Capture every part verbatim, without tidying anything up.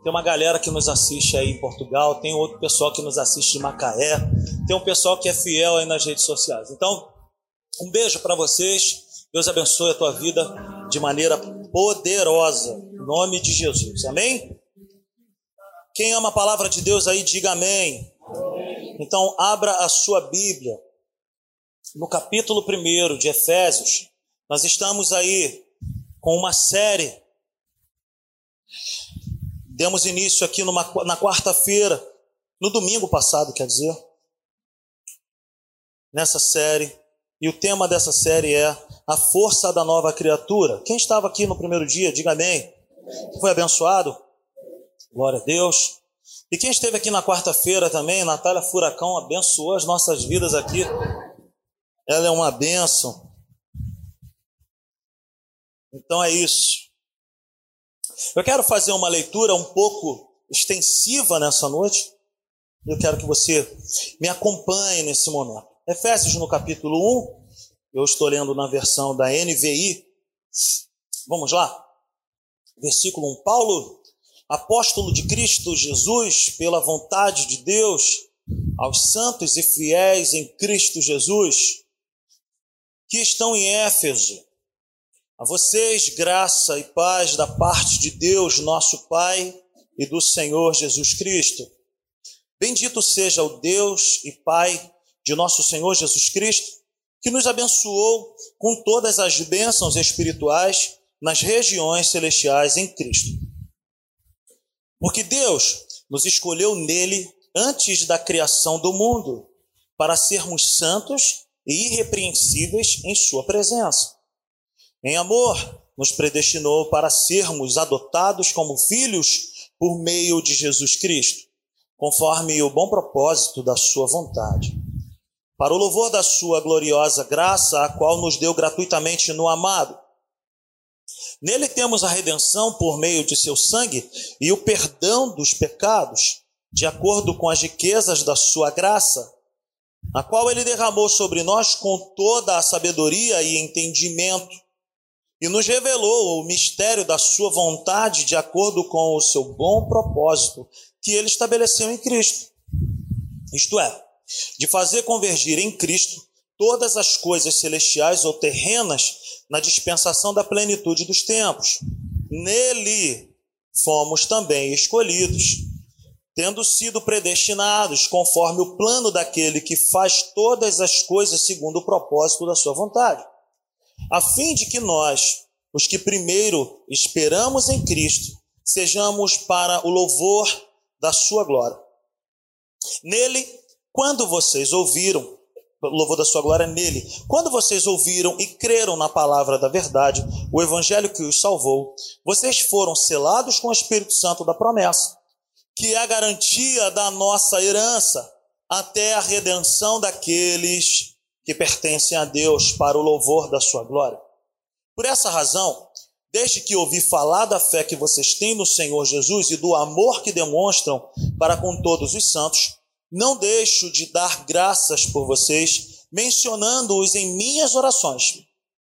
Tem uma galera que nos assiste aí em Portugal, tem outro pessoal que nos assiste de Macaé, tem um pessoal que é fiel aí nas redes sociais. Então, um beijo para vocês. Deus abençoe a tua vida de maneira poderosa. Em nome de Jesus. Amém? Quem ama a palavra de Deus aí, diga amém. Amém. Então, abra a sua Bíblia. No capítulo primeiro de Efésios, nós estamos aí com uma série. Demos início aqui numa, na quarta-feira, no domingo passado, quer dizer, nessa série. E o tema dessa série é a força da nova criatura. Quem estava aqui no primeiro dia, diga amém. Foi abençoado? Glória a Deus. E quem esteve aqui na quarta-feira também, Natália Furacão, abençoou as nossas vidas aqui. Ela é uma bênção. Então é isso. Eu quero fazer uma leitura um pouco extensiva nessa noite. Eu quero que você me acompanhe nesse momento. Efésios no capítulo um, eu estou lendo na versão da N V I. Vamos lá? Versículo um. Paulo, apóstolo de Cristo Jesus, pela vontade de Deus, aos santos e fiéis em Cristo Jesus, que estão em Éfeso, a vocês graça e paz da parte de Deus, nosso Pai, e do Senhor Jesus Cristo. Bendito seja o Deus e Pai de nosso Senhor Jesus Cristo, que nos abençoou com todas as bênçãos espirituais nas regiões celestiais em Cristo. Porque Deus nos escolheu nele antes da criação do mundo, para sermos santos e irrepreensíveis em sua presença. Em amor, nos predestinou para sermos adotados como filhos por meio de Jesus Cristo, conforme o bom propósito da sua vontade, para o louvor da sua gloriosa graça, a qual nos deu gratuitamente no amado. Nele temos a redenção por meio de seu sangue e o perdão dos pecados, de acordo com as riquezas da sua graça, a qual ele derramou sobre nós com toda a sabedoria e entendimento, e nos revelou o mistério da sua vontade de acordo com o seu bom propósito que ele estabeleceu em Cristo. Isto é, de fazer convergir em Cristo todas as coisas celestiais ou terrenas na dispensação da plenitude dos tempos. Nele fomos também escolhidos, tendo sido predestinados conforme o plano daquele que faz todas as coisas segundo o propósito da sua vontade, a fim de que nós, os que primeiro esperamos em Cristo, sejamos para o louvor da sua glória. Nele, quando vocês ouviram, o louvor da sua glória nele, quando vocês ouviram e creram na palavra da verdade, o evangelho que os salvou, vocês foram selados com o Espírito Santo da promessa, que é a garantia da nossa herança até a redenção daqueles que pertencem a Deus para o louvor da sua glória. Por essa razão, desde que ouvi falar da fé que vocês têm no Senhor Jesus e do amor que demonstram para com todos os santos, não deixo de dar graças por vocês, mencionando-os em minhas orações.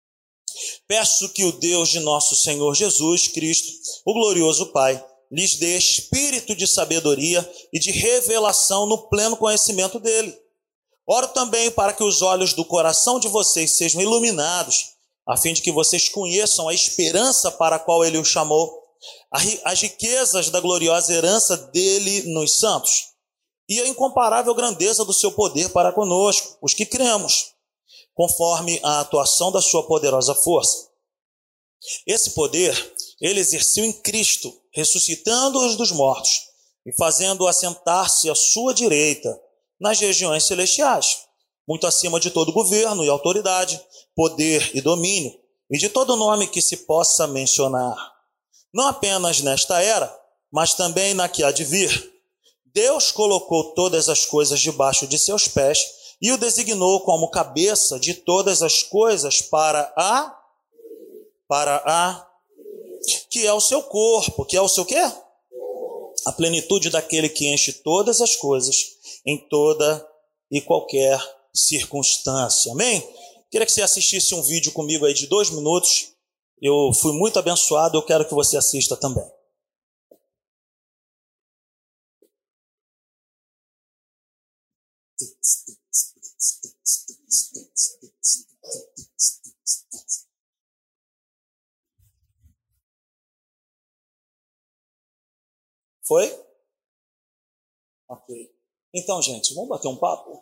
Peço que o Deus de nosso Senhor Jesus Cristo, o glorioso Pai, lhes dê espírito de sabedoria e de revelação no pleno conhecimento dele. Oro também para que os olhos do coração de vocês sejam iluminados, a fim de que vocês conheçam a esperança para a qual ele os chamou, as riquezas da gloriosa herança dele nos santos, e a incomparável grandeza do seu poder para conosco, os que cremos, conforme a atuação da sua poderosa força. Esse poder ele exerceu em Cristo, ressuscitando-os dos mortos e fazendo-o assentar-se à sua direita nas regiões celestiais, muito acima de todo governo e autoridade, poder e domínio, e de todo nome que se possa mencionar, não apenas nesta era, mas também na que há de vir. Deus colocou todas as coisas debaixo de seus pés e o designou como cabeça de todas as coisas para a, para a, que é o seu corpo, que é o seu quê? A plenitude daquele que enche todas as coisas em toda e qualquer circunstância. Amém? Queria que você assistisse um vídeo comigo aí de dois minutos. Eu fui muito abençoado, eu quero que você assista também. Foi? Ok. Então, gente, vamos bater um papo?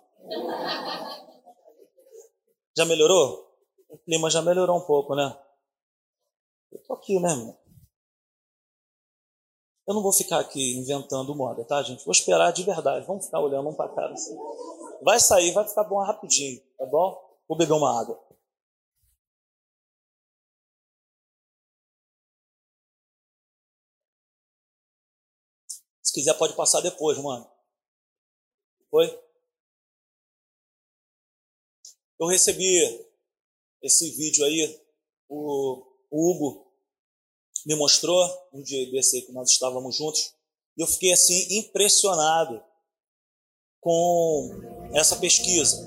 Já melhorou? O clima já melhorou um pouco, né? Eu tô aqui, né, irmão? Eu não vou ficar aqui inventando moda, tá, gente? Vou esperar de verdade. Vamos ficar olhando um pra cara assim. Vai sair, vai ficar bom rapidinho, tá bom? Vou beber uma água. Se quiser, pode passar depois, mano. Foi? Eu recebi esse vídeo aí, o, o Hugo me mostrou um dia desse aí que nós estávamos juntos, e eu fiquei assim impressionado com essa pesquisa.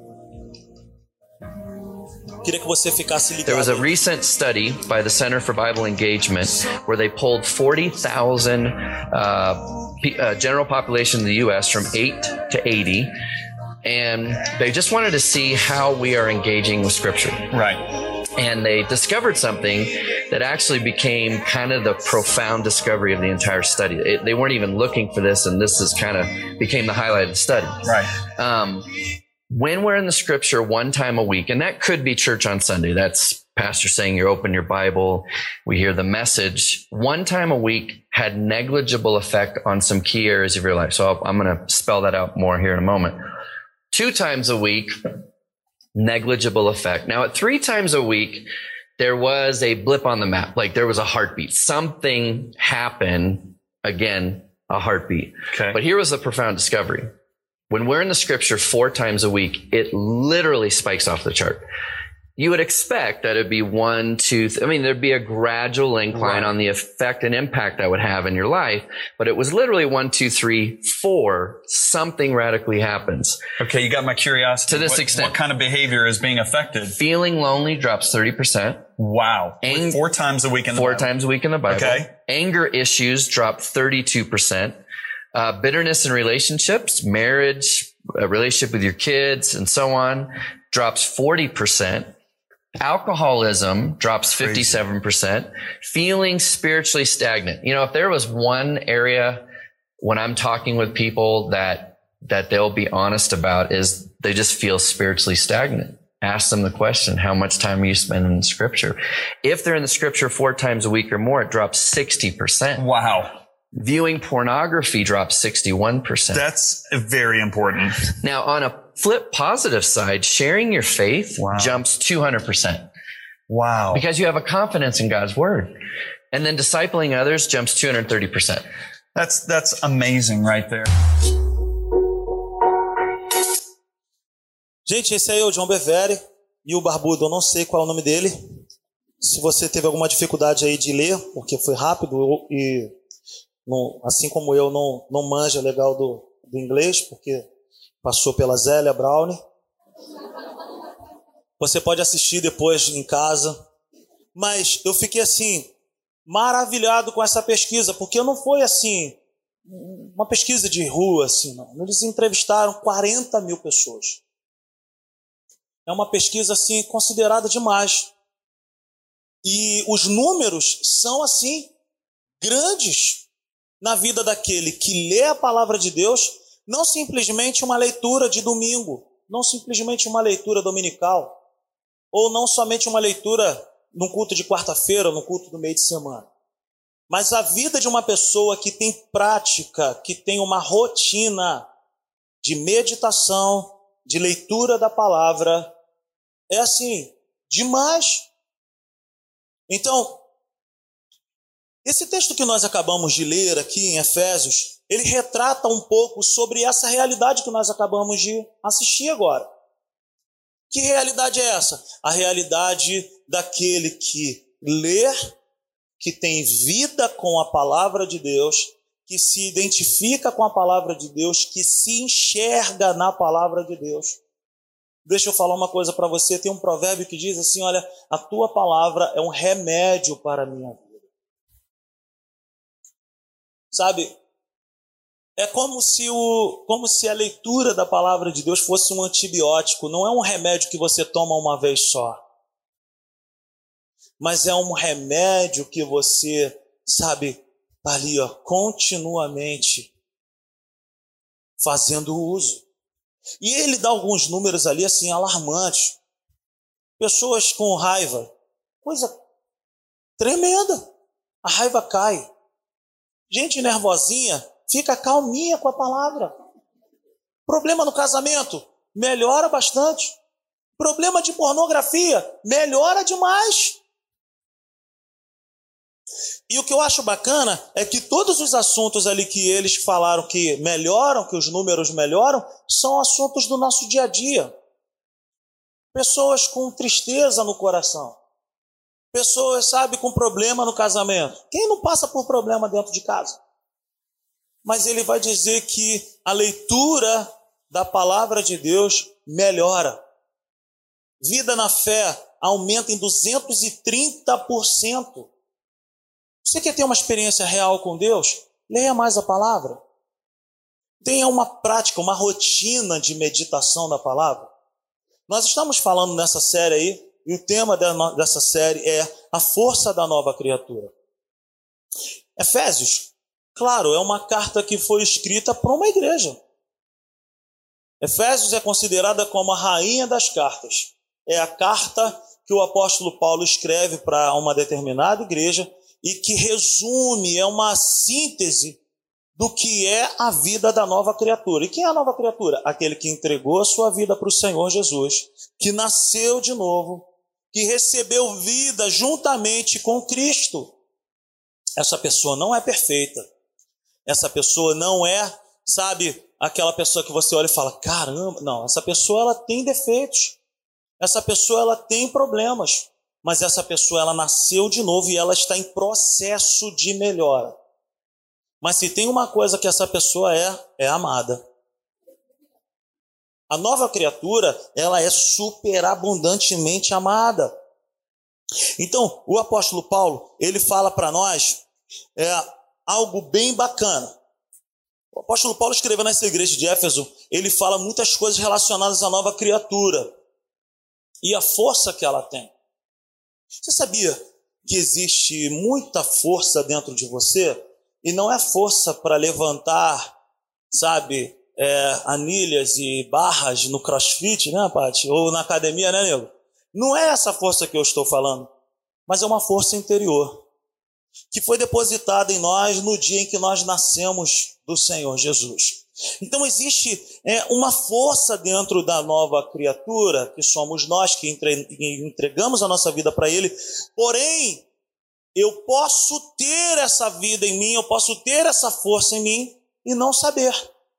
Queria que você ficasse ligado. There was a recent study by the Center for Bible Engagement where they polled forty thousand uh, uh, general population in the U S from eight to eighty, and they just wanted to see how we are engaging with Scripture. Right. And they discovered something that actually became kind of the profound discovery of the entire study. It, they weren't even looking for this, and this is kind of became the highlight of the study. Right. Um, when we're in the Scripture one time a week, and that could be church on Sunday, that's pastor saying you open your Bible, we hear the message, one time a week had negligible effect on some key areas of your life. So I'm going to spell that out more here in a moment. Two times a week, negligible effect. Now at three times a week, there was a blip on the map. Like there was a heartbeat. Something happened. Again, a heartbeat. Okay. But here was the profound discovery. When we're in the Scripture four times a week, it literally spikes off the chart. You would expect that it'd be one, two, th- I mean, there'd be a gradual incline Right. on the effect and impact that would have in your life, but it was literally one, two, three, four, something radically happens. Okay, you got my curiosity. To this what, extent. What kind of behavior is being affected? Feeling lonely drops thirty percent. Wow. Ang- Four times a week in the Four Bible. times a week in the Bible. Okay. Anger issues drop thirty-two percent. Uh, bitterness in relationships, marriage, a relationship with your kids, and so on, drops forty percent. Alcoholism drops fifty-seven percent. Feeling spiritually stagnant. You know, if there was one area when I'm talking with people that, that they'll be honest about is they just feel spiritually stagnant. Ask them the question, how much time are you spending in Scripture? If they're in the Scripture four times a week or more, it drops sixty percent. Wow. Viewing pornography drops sixty-one percent. That's very important. Now, on a flip positive side, sharing your faith Wow. jumps two hundred percent Wow. because you have a confidence in God's word. And then discipling others jumps two hundred thirty percent. That's, that's amazing right there. Gente, esse aí é o John Bevere e o Barbudo, eu não sei qual é o nome dele. Se você teve alguma dificuldade aí de ler, porque foi rápido e não, assim como eu não, não manja legal do, do inglês, porque passou pela Zélia Brown. Você pode assistir depois em casa. Mas eu fiquei assim, maravilhado com essa pesquisa, porque não foi assim, uma pesquisa de rua, assim, não. Eles entrevistaram quarenta mil pessoas. É uma pesquisa assim considerada demais. E os números são assim grandes na vida daquele que lê a palavra de Deus, não simplesmente uma leitura de domingo, não simplesmente uma leitura dominical, ou não somente uma leitura num culto de quarta-feira, no culto do meio de semana. Mas a vida de uma pessoa que tem prática, que tem uma rotina de meditação, de leitura da palavra, é assim, demais. Então, esse texto que nós acabamos de ler aqui em Efésios, ele retrata um pouco sobre essa realidade que nós acabamos de assistir agora. Que realidade é essa? A realidade daquele que lê, que tem vida com a palavra de Deus, que se identifica com a palavra de Deus, que se enxerga na palavra de Deus. Deixa eu falar uma coisa para você, tem um provérbio que diz assim, olha, a tua palavra é um remédio para a minha vida. Sabe, é como se, o, como se a leitura da palavra de Deus fosse um antibiótico, não é um remédio que você toma uma vez só. Mas é um remédio que você, sabe, está ali, ó, continuamente fazendo uso. E ele dá alguns números ali assim alarmantes. Pessoas com raiva, coisa tremenda. A raiva cai. Gente nervosinha fica calminha com a palavra. Problema no casamento, melhora bastante. Problema de pornografia, melhora demais. E o que eu acho bacana é que todos os assuntos ali que eles falaram que melhoram, que os números melhoram, são assuntos do nosso dia a dia. Pessoas com tristeza no coração. Pessoas, sabe, com problema no casamento. Quem não passa por problema dentro de casa? Mas ele vai dizer que a leitura da palavra de Deus melhora. Vida na fé aumenta em duzentos e trinta por cento. Você quer ter uma experiência real com Deus? Leia mais a palavra. Tenha uma prática, uma rotina de meditação da palavra. Nós estamos falando nessa série aí, e o tema dessa série é a força da nova criatura. Efésios, claro, é uma carta que foi escrita para uma igreja. Efésios é considerada como a rainha das cartas. É a carta que o apóstolo Paulo escreve para uma determinada igreja e que resume, é uma síntese do que é a vida da nova criatura. E quem é a nova criatura? Aquele que entregou a sua vida para o Senhor Jesus, que nasceu de novo, que recebeu vida juntamente com Cristo. Essa pessoa não é perfeita. Essa pessoa não é, sabe, aquela pessoa que você olha e fala, caramba, não, essa pessoa ela tem defeitos. Essa pessoa ela tem problemas. Mas essa pessoa ela nasceu de novo e ela está em processo de melhora. Mas se tem uma coisa que essa pessoa é, é amada. A nova criatura, ela é superabundantemente amada. Então, o apóstolo Paulo, ele fala para nós é, algo bem bacana. O apóstolo Paulo escreveu nessa igreja de Éfeso, ele fala muitas coisas relacionadas à nova criatura e a força que ela tem. Você sabia que existe muita força dentro de você? E não é força para levantar, sabe, é, anilhas e barras no crossfit, né, Paty? Ou na academia, né, nego? Não é essa força que eu estou falando, mas é uma força interior, que foi depositada em nós no dia em que nós nascemos do Senhor Jesus. Então existe é, uma força dentro da nova criatura, que somos nós que entre, entregamos a nossa vida para Ele, porém, eu posso ter essa vida em mim, eu posso ter essa força em mim e não saber.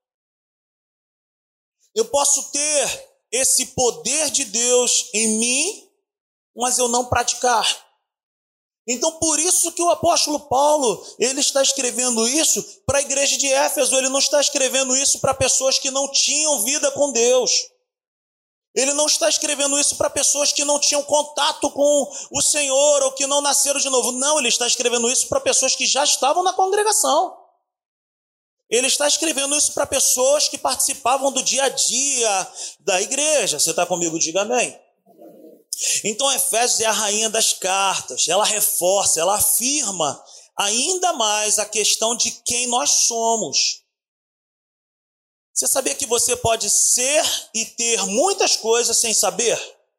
Eu posso ter esse poder de Deus em mim, mas eu não praticar. Então, por isso que o apóstolo Paulo, ele está escrevendo isso para a igreja de Éfeso, ele não está escrevendo isso para pessoas que não tinham vida com Deus. Ele não está escrevendo isso para pessoas que não tinham contato com o Senhor ou que não nasceram de novo. Não, ele está escrevendo isso para pessoas que já estavam na congregação. Ele está escrevendo isso para pessoas que participavam do dia a dia da igreja. Você está comigo? Diga amém. Então, Efésios é a rainha das cartas. Ela reforça, ela afirma ainda mais a questão de quem nós somos. Você sabia que você pode ser e ter muitas coisas sem saber?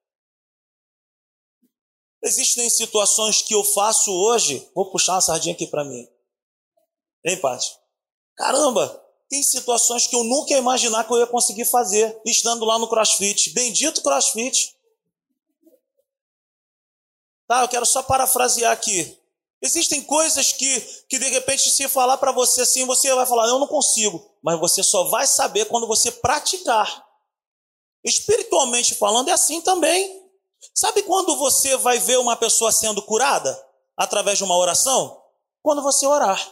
Existem situações que eu faço hoje. Vou puxar uma sardinha aqui para mim. Hein, Paty? Caramba, tem situações que eu nunca ia imaginar que eu ia conseguir fazer estando lá no CrossFit. Bendito CrossFit. Tá, eu quero só parafrasear aqui. Existem coisas que, que de repente, se falar para você assim, você vai falar, eu não consigo. Mas você só vai saber quando você praticar. Espiritualmente falando, é assim também. Sabe quando você vai ver uma pessoa sendo curada? Através de uma oração? Quando você orar.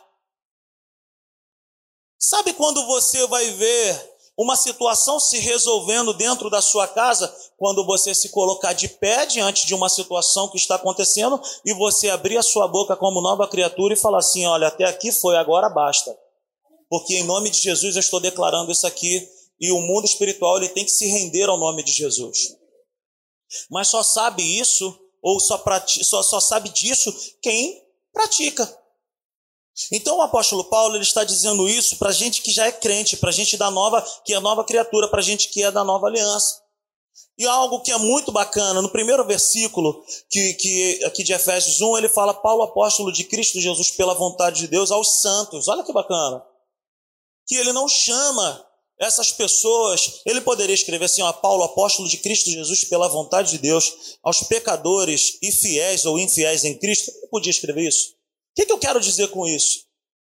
Sabe quando você vai ver uma situação se resolvendo dentro da sua casa? Quando você se colocar de pé diante de uma situação que está acontecendo e você abrir a sua boca como nova criatura e falar assim, olha, até aqui foi, agora basta. Porque em nome de Jesus eu estou declarando isso aqui e o mundo espiritual ele tem que se render ao nome de Jesus. Mas só sabe isso, ou só, prati- só, só sabe disso quem pratica. Então o apóstolo Paulo ele está dizendo isso para a gente que já é crente, para a gente da nova, que é nova criatura, para a gente que é da nova aliança. E algo que é muito bacana, no primeiro versículo que, que, aqui de Efésios um, ele fala: Paulo, apóstolo de Cristo Jesus, pela vontade de Deus, aos santos. Olha que bacana. Que ele não chama essas pessoas, ele poderia escrever assim, ó, Paulo, apóstolo de Cristo Jesus, pela vontade de Deus, aos pecadores e fiéis ou infiéis em Cristo. Ele podia escrever isso. O que, que eu quero dizer com isso?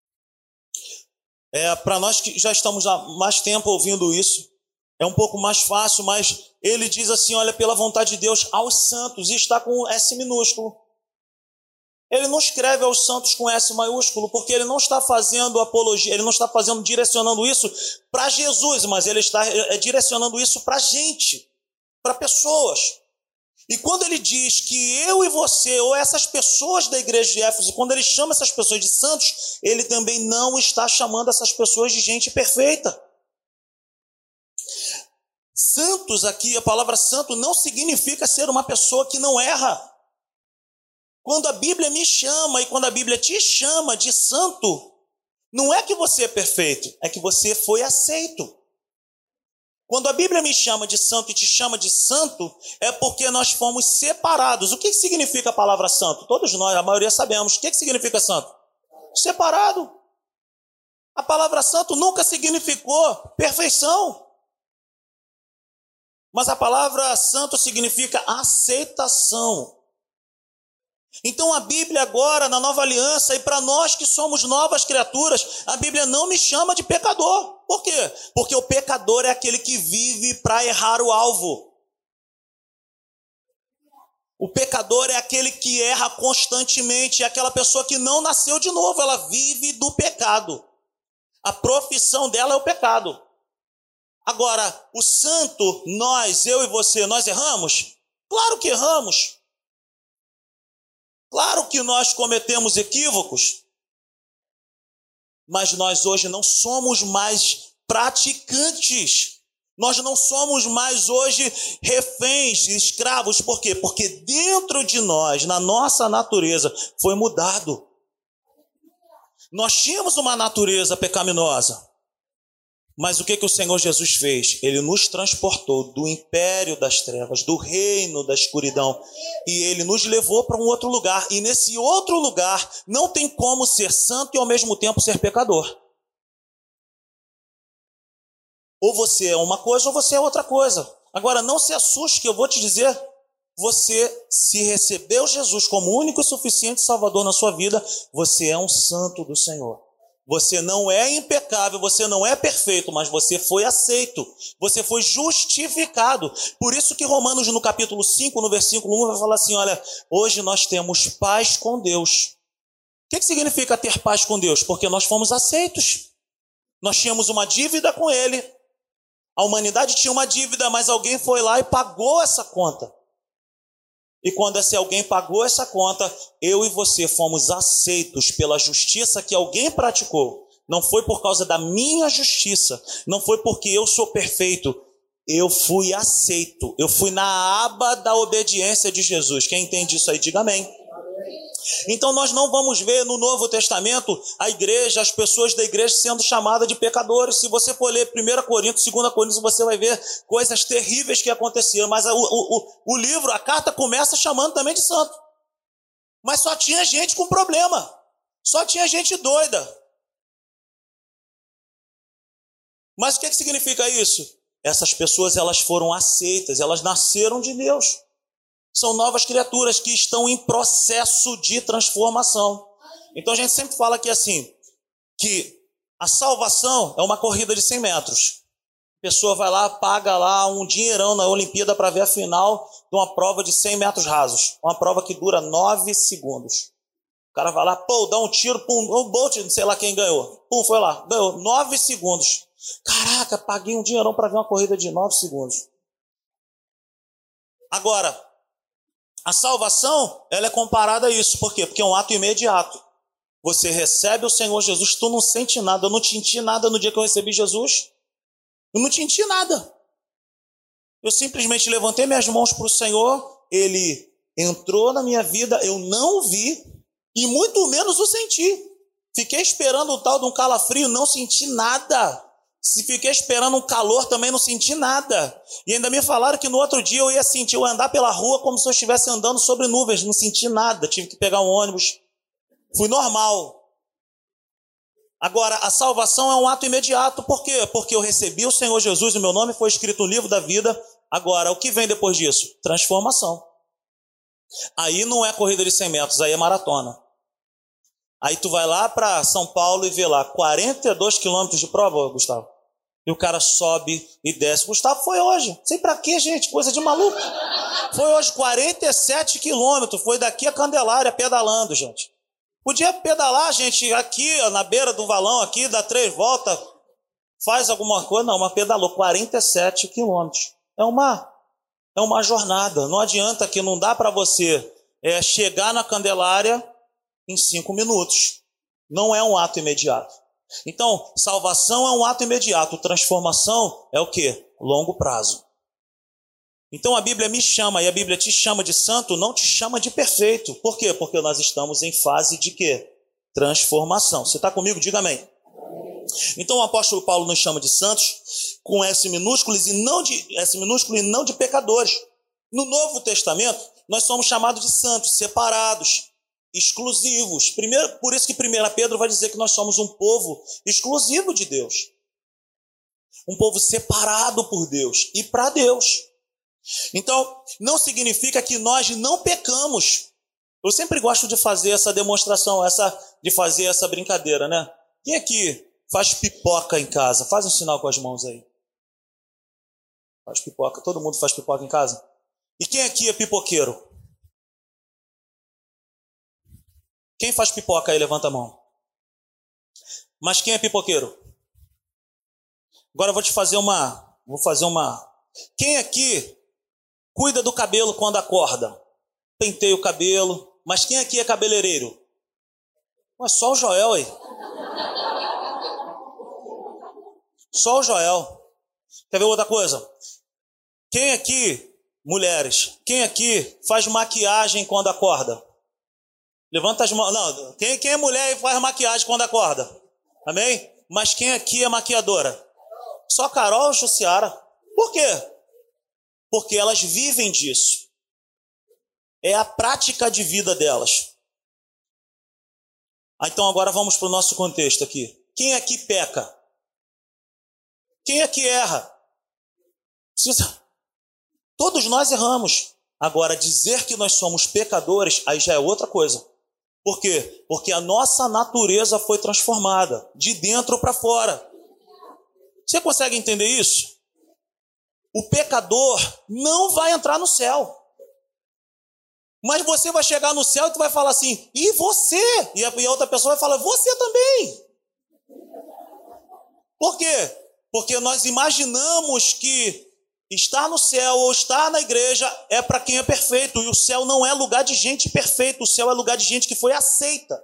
É, para nós que já estamos há mais tempo ouvindo isso, é um pouco mais fácil, mas ele diz assim, olha, pela vontade de Deus, aos santos, e está com S minúsculo. Ele não escreve aos santos com S maiúsculo, porque ele não está fazendo apologia, ele não está fazendo, direcionando isso para Jesus, mas ele está direcionando isso para a gente, para pessoas. E quando ele diz que eu e você, ou essas pessoas da igreja de Éfeso, quando ele chama essas pessoas de santos, ele também não está chamando essas pessoas de gente perfeita. Santos aqui, a palavra santo não significa ser uma pessoa que não erra. Quando a Bíblia me chama e quando a Bíblia te chama de santo, não é que você é perfeito, é que você foi aceito. Quando a Bíblia me chama de santo e te chama de santo, é porque nós fomos separados. O que significa a palavra santo? Todos nós, a maioria sabemos. O que significa santo? Separado. A palavra santo nunca significou perfeição. Mas a palavra santo significa aceitação. Então a Bíblia agora, na nova aliança, e para nós que somos novas criaturas, a Bíblia não me chama de pecador. Por quê? Porque o pecador é aquele que vive para errar o alvo. O pecador é aquele que erra constantemente, é aquela pessoa que não nasceu de novo, ela vive do pecado. A profissão dela é o pecado. Agora, o santo, nós, eu e você, nós erramos? Claro que erramos. Claro que nós cometemos equívocos, mas nós hoje não somos mais praticantes. Nós não somos mais hoje reféns, escravos. Por quê? Porque dentro de nós, na nossa natureza, foi mudado. Nós tínhamos uma natureza pecaminosa. Mas o que, que o Senhor Jesus fez? Ele nos transportou do império das trevas, do reino da escuridão. E ele nos levou para um outro lugar. E nesse outro lugar não tem como ser santo e ao mesmo tempo ser pecador. Ou você é uma coisa ou você é outra coisa. Agora não se assuste que eu vou te dizer, você se recebeu Jesus como único e suficiente Salvador na sua vida, você é um santo do Senhor. Você não é impecável, você não é perfeito, mas você foi aceito, você foi justificado. Por isso que Romanos no capítulo cinco, no versículo um, vai falar assim, olha, hoje nós temos paz com Deus. O que, que significa ter paz com Deus? Porque nós fomos aceitos. Nós tínhamos uma dívida com Ele. A humanidade tinha uma dívida, mas alguém foi lá e pagou essa conta. E quando esse alguém pagou essa conta, eu e você fomos aceitos pela justiça que alguém praticou. Não foi por causa da minha justiça, não foi porque eu sou perfeito. Eu fui aceito, eu fui na aba da obediência de Jesus. Quem entende isso aí, diga amém. Então nós não vamos ver no Novo Testamento a igreja, as pessoas da igreja sendo chamadas de pecadores. Se você for ler primeira Coríntios, segunda Coríntios, você vai ver coisas terríveis que aconteceram. Mas o, o, o livro, a carta começa chamando também de santo. Mas só tinha gente com problema. Só tinha gente doida. Mas o que, que significa isso? Essas pessoas, elas foram aceitas, elas nasceram de Deus. São novas criaturas que estão em processo de transformação. Então a gente sempre fala aqui assim, que a salvação é uma corrida de cem metros. A pessoa vai lá, paga lá um dinheirão na Olimpíada para ver a final de uma prova de cem metros rasos. Uma prova que dura nove segundos. O cara vai lá, pô, dá um tiro, pum, um Bolt, não sei lá quem ganhou. Pum, foi lá, ganhou nove segundos. Caraca, paguei um dinheirão para ver uma corrida de nove segundos. Agora, a salvação, ela é comparada a isso. Por quê? Porque é um ato imediato. Você recebe o Senhor Jesus, tu não sente nada. Eu não senti nada no dia que eu recebi Jesus. Eu não senti nada. Eu simplesmente levantei minhas mãos para o Senhor, Ele entrou na minha vida, eu não o vi, e muito menos o senti. Fiquei esperando o tal de um calafrio, não senti nada. Se fiquei esperando um calor, também não senti nada. E ainda me falaram que no outro dia eu ia sentir, eu ia andar pela rua como se eu estivesse andando sobre nuvens. Não senti nada, tive que pegar um ônibus. Fui normal. Agora, a salvação é um ato imediato. Por quê? Porque eu recebi o Senhor Jesus, o meu nome foi escrito no livro da vida. Agora, o que vem depois disso? Transformação. Aí não é corrida de cem metros, aí é maratona. Aí tu vai lá para São Paulo e vê lá quarenta e dois quilômetros de prova, Gustavo. E o cara sobe e desce. Gustavo, foi hoje. Sei pra quê, gente, coisa de maluco. Foi hoje quarenta e sete quilômetros, foi daqui a Candelária pedalando, gente. Podia pedalar, gente, aqui na beira do valão, aqui, dá três voltas, faz alguma coisa. Não, mas pedalou quarenta e sete quilômetros. É uma, é uma jornada. Não adianta que não dá para você é, chegar na Candelária em cinco minutos. Não é um ato imediato. Então, salvação é um ato imediato. Transformação é o quê? Longo prazo. Então a Bíblia me chama, e a Bíblia te chama de santo, não te chama de perfeito. Por quê? Porque nós estamos em fase de quê? Transformação. Você está comigo? Diga amém. Então o apóstolo Paulo nos chama de santos com S minúsculo e não de, S minúsculo e não de pecadores. No Novo Testamento, nós somos chamados de santos, separados, exclusivos. Primeiro, por isso que primeiro Pedro vai dizer que nós somos um povo exclusivo de Deus. Um povo separado por Deus e para Deus. Então, não significa que nós não pecamos. Eu sempre gosto de fazer essa demonstração, essa, de fazer essa brincadeira, né? Quem aqui faz pipoca em casa? Faz um sinal com as mãos aí. Faz pipoca. Todo mundo faz pipoca em casa? E quem aqui é pipoqueiro? Quem faz pipoca aí? Levanta a mão. Mas quem é pipoqueiro? Agora eu vou te fazer uma... Vou fazer uma... Quem aqui cuida do cabelo quando acorda? Penteia o cabelo. Mas quem aqui é cabeleireiro? Mas só o Joel aí. Só o Joel. Quer ver outra coisa? Quem aqui, mulheres, quem aqui faz maquiagem quando acorda? Levanta as mãos. Não, quem, quem é mulher e faz maquiagem quando acorda? Amém? Mas quem aqui é maquiadora? Só Carol e Jussiara. Por quê? Porque elas vivem disso. É a prática de vida delas. Ah, então agora vamos para o nosso contexto aqui. Quem aqui peca? Quem aqui erra? Precisa... Todos nós erramos. Agora, dizer que nós somos pecadores, aí já é outra coisa. Por quê? Porque a nossa natureza foi transformada, de dentro para fora. Você consegue entender isso? O pecador não vai entrar no céu. Mas você vai chegar no céu e tu vai falar assim, e você? E a outra pessoa vai falar, você também. Por quê? Porque nós imaginamos que estar no céu ou estar na igreja é para quem é perfeito. E o céu não é lugar de gente perfeita. O céu é lugar de gente que foi aceita.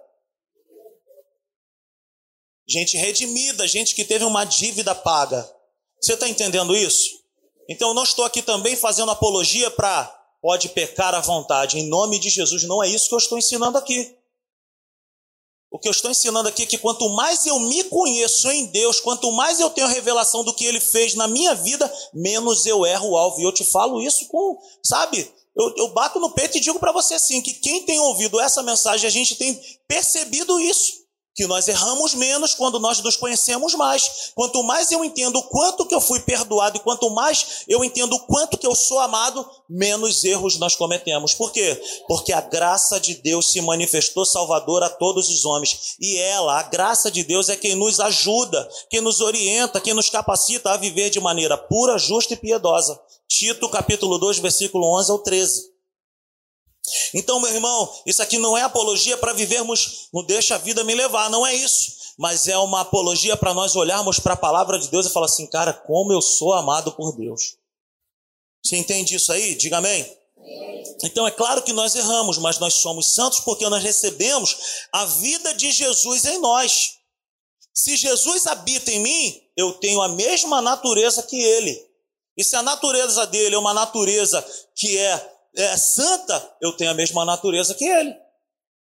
Gente redimida, gente que teve uma dívida paga. Você está entendendo isso? Então eu não estou aqui também fazendo apologia para pode pecar à vontade. Em nome de Jesus, não é isso que eu estou ensinando aqui. O que eu estou ensinando aqui é que quanto mais eu me conheço em Deus, quanto mais eu tenho a revelação do que Ele fez na minha vida, menos eu erro o alvo. E eu te falo isso com, sabe, eu, eu bato no peito e digo para você assim, que quem tem ouvido essa mensagem, a gente tem percebido isso. Que nós erramos menos quando nós nos conhecemos mais. Quanto mais eu entendo o quanto que eu fui perdoado e quanto mais eu entendo o quanto que eu sou amado, menos erros nós cometemos. Por quê? Porque a graça de Deus se manifestou salvadora a todos os homens. E ela, a graça de Deus, é quem nos ajuda, quem nos orienta, quem nos capacita a viver de maneira pura, justa e piedosa. Tito, capítulo dois, versículo onze ao treze. Então, meu irmão, isso aqui não é apologia para vivermos no deixa a vida me levar, não é isso. Mas é uma apologia para nós olharmos para a palavra de Deus e falar assim, cara, como eu sou amado por Deus. Você entende isso aí? Diga amém. Então é claro que nós erramos, mas nós somos santos porque nós recebemos a vida de Jesus em nós. Se Jesus habita em mim, eu tenho a mesma natureza que Ele. E se a natureza dele é uma natureza que é É santa, eu tenho a mesma natureza que ele.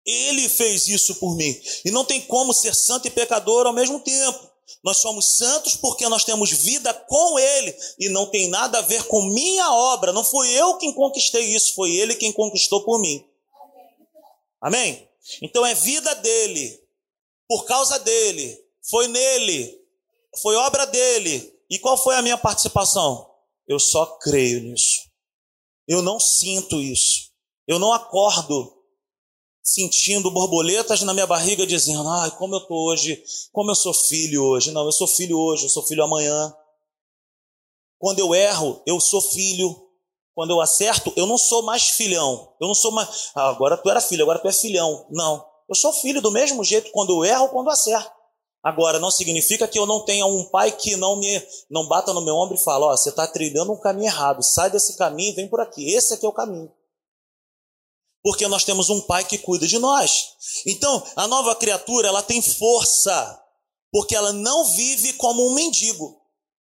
Ele fez isso por mim. E não tem como ser santo e pecador ao mesmo tempo. Nós somos santos porque nós temos vida com Ele. E não tem nada a ver com minha obra. Não fui eu quem conquistei isso, foi Ele quem conquistou por mim. Amém? Então é vida dele, por causa dele, foi nele, foi obra dele. E qual foi a minha participação? Eu só creio nisso. Eu não sinto isso. Eu não acordo sentindo borboletas na minha barriga dizendo, ai, como eu estou hoje, como eu sou filho hoje. Não, eu sou filho hoje, eu sou filho amanhã. Quando eu erro, eu sou filho. Quando eu acerto, eu não sou mais filhão. Eu não sou mais, ah, agora tu era filho, agora tu é filhão. Não, eu sou filho do mesmo jeito quando eu erro ou quando eu acerto. Agora, não significa que eu não tenha um pai que não me não bata no meu ombro e fala, ó, você está trilhando um caminho errado, sai desse caminho e vem por aqui. Esse aqui é o caminho. Porque nós temos um pai que cuida de nós. Então, a nova criatura, ela tem força, porque ela não vive como um mendigo.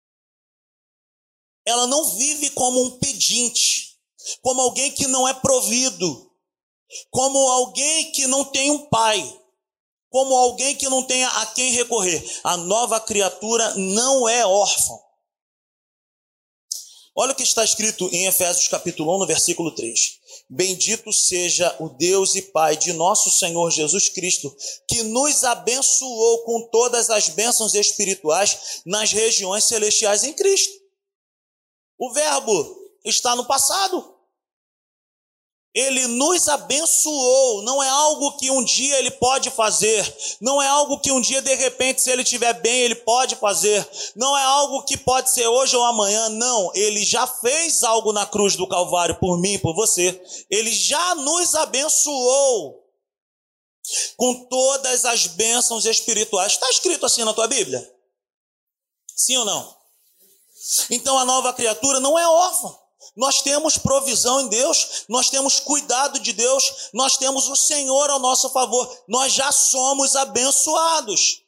Ela não vive como um pedinte, como alguém que não é provido, como alguém que não tem um pai, como alguém que não tenha a quem recorrer. A nova criatura não é órfã. Olha o que está escrito em Efésios capítulo um, no versículo três. Bendito seja o Deus e Pai de nosso Senhor Jesus Cristo, que nos abençoou com todas as bênçãos espirituais nas regiões celestiais em Cristo. O verbo está no passado. Ele nos abençoou. Não é algo que um dia ele pode fazer. Não é algo que um dia, de repente, se ele estiver bem, ele pode fazer. Não é algo que pode ser hoje ou amanhã. Não. Ele já fez algo na cruz do Calvário por mim e por você. Ele já nos abençoou com todas as bênçãos espirituais. Está escrito assim na tua Bíblia? Sim ou não? Então a nova criatura não é órfã. Nós temos provisão em Deus, nós temos cuidado de Deus, nós temos o Senhor ao nosso favor. Nós já somos abençoados.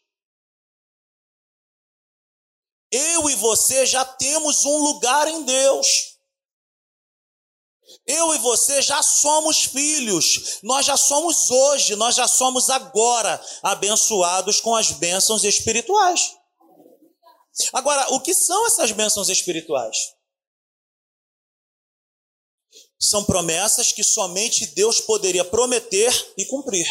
Eu e você já temos um lugar em Deus. Eu e você já somos filhos. Nós já somos hoje, nós já somos agora abençoados com as bênçãos espirituais. Agora, o que são essas bênçãos espirituais? São promessas que somente Deus poderia prometer e cumprir.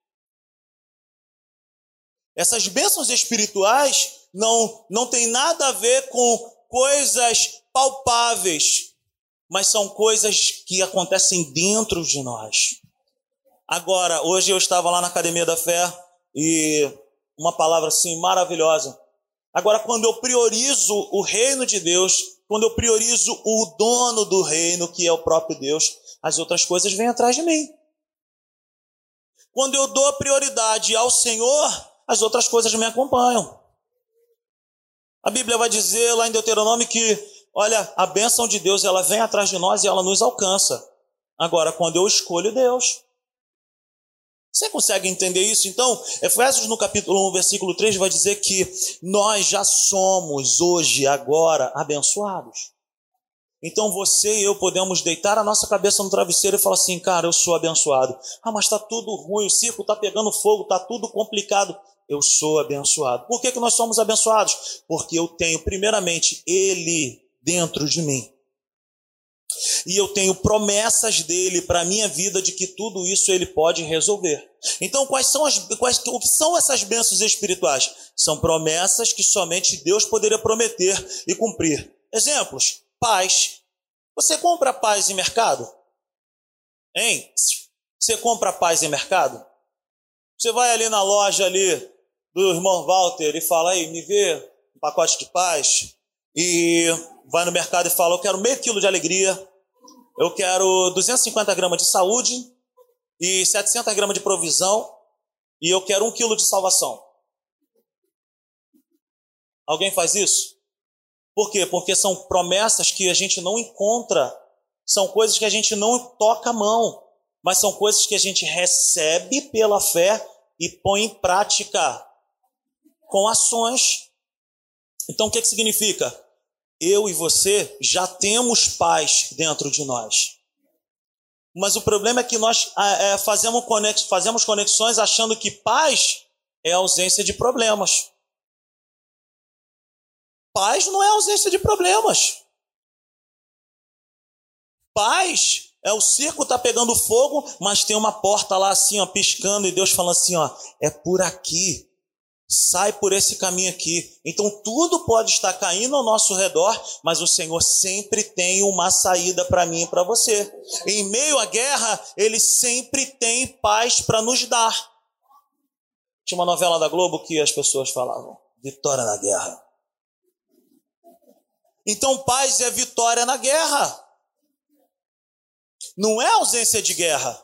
Essas bênçãos espirituais não, não têm nada a ver com coisas palpáveis, mas são coisas que acontecem dentro de nós. Agora, hoje eu estava lá na Academia da Fé e uma palavra assim maravilhosa. Agora, quando eu priorizo o reino de Deus, quando eu priorizo o dono do reino, que é o próprio Deus, as outras coisas vêm atrás de mim. Quando eu dou prioridade ao Senhor, as outras coisas me acompanham. A Bíblia vai dizer lá em Deuteronômio que, olha, a bênção de Deus, ela vem atrás de nós e ela nos alcança. Agora, quando eu escolho Deus, você consegue entender isso? Então, Efésios no capítulo um, versículo três, vai dizer que nós já somos hoje, agora, abençoados. Então você e eu podemos deitar a nossa cabeça no travesseiro e falar assim, cara, eu sou abençoado. Ah, mas está tudo ruim, o circo está pegando fogo, está tudo complicado. Eu sou abençoado. Por que que nós somos abençoados? Porque eu tenho, primeiramente, Ele dentro de mim. E eu tenho promessas dele para a minha vida de que tudo isso ele pode resolver. Então, quais são as, quais, o que são essas bênçãos espirituais? São promessas que somente Deus poderia prometer e cumprir. Exemplos, paz. Você compra paz em mercado? Hein? Você compra paz em mercado? Você vai ali na loja ali do irmão Walter e fala, aí, me vê um pacote de paz. E vai no mercado e fala, eu quero meio quilo de alegria, eu quero duzentos e cinquenta gramas de saúde e setecentas gramas de provisão e eu quero um quilo de salvação. Alguém faz isso? Por quê? Porque são promessas que a gente não encontra, são coisas que a gente não toca a mão, mas são coisas que a gente recebe pela fé e põe em prática com ações. Então o que que significa? Eu e você já temos paz dentro de nós. Mas o problema é que nós é, fazemos, conex, fazemos conexões achando que paz é ausência de problemas. Paz não é ausência de problemas. Paz é o circo tá pegando fogo, mas tem uma porta lá assim, ó, piscando, e Deus falando assim, ó, é por aqui. Sai por esse caminho aqui. Então tudo pode estar caindo ao nosso redor, mas o Senhor sempre tem uma saída para mim e para você. Em meio à guerra, Ele sempre tem paz para nos dar. Tinha uma novela da Globo que as pessoas falavam, vitória na guerra. Então paz é vitória na guerra. Não é ausência de guerra.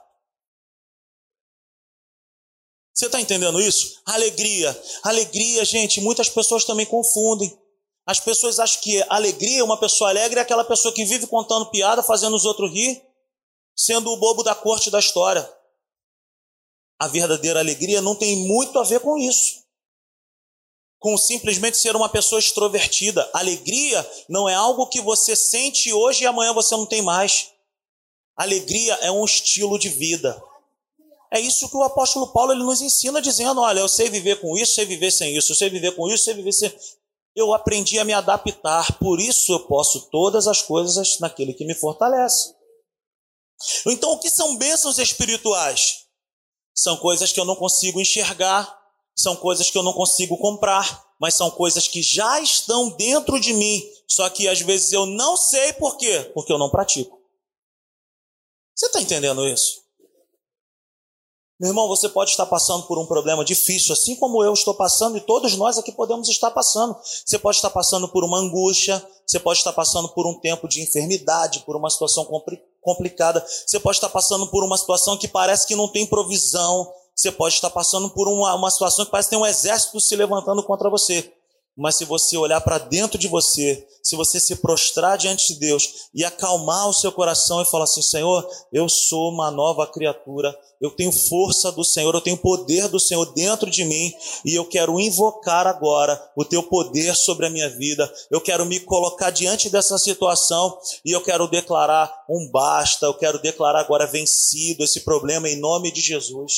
Você está entendendo isso? Alegria. Alegria, gente, muitas pessoas também confundem. As pessoas acham que alegria, uma pessoa alegre é aquela pessoa que vive contando piada, fazendo os outros rir, sendo o bobo da corte da história. A verdadeira alegria não tem muito a ver com isso. Com simplesmente ser uma pessoa extrovertida. Alegria não é algo que você sente hoje e amanhã você não tem mais. Alegria é um estilo de vida. É isso que o apóstolo Paulo ele nos ensina, dizendo, olha, eu sei viver com isso, sei viver sem isso, eu sei viver com isso, sei viver sem... Eu aprendi a me adaptar, por isso eu posso todas as coisas naquele que me fortalece. Então, o que são bênçãos espirituais? São coisas que eu não consigo enxergar, são coisas que eu não consigo comprar, mas são coisas que já estão dentro de mim, só que às vezes eu não sei por quê, porque eu não pratico. Você está entendendo isso? Meu irmão, você pode estar passando por um problema difícil, assim como eu estou passando, e todos nós aqui podemos estar passando. Você pode estar passando por uma angústia, você pode estar passando por um tempo de enfermidade, por uma situação complicada, você pode estar passando por uma situação que parece que não tem provisão, você pode estar passando por uma, uma situação que parece que tem um exército se levantando contra você. Mas se você olhar para dentro de você, se você se prostrar diante de Deus e acalmar o seu coração e falar assim, Senhor, eu sou uma nova criatura, eu tenho força do Senhor, eu tenho poder do Senhor dentro de mim e eu quero invocar agora o teu poder sobre a minha vida, eu quero me colocar diante dessa situação e eu quero declarar um basta, eu quero declarar agora vencido esse problema em nome de Jesus.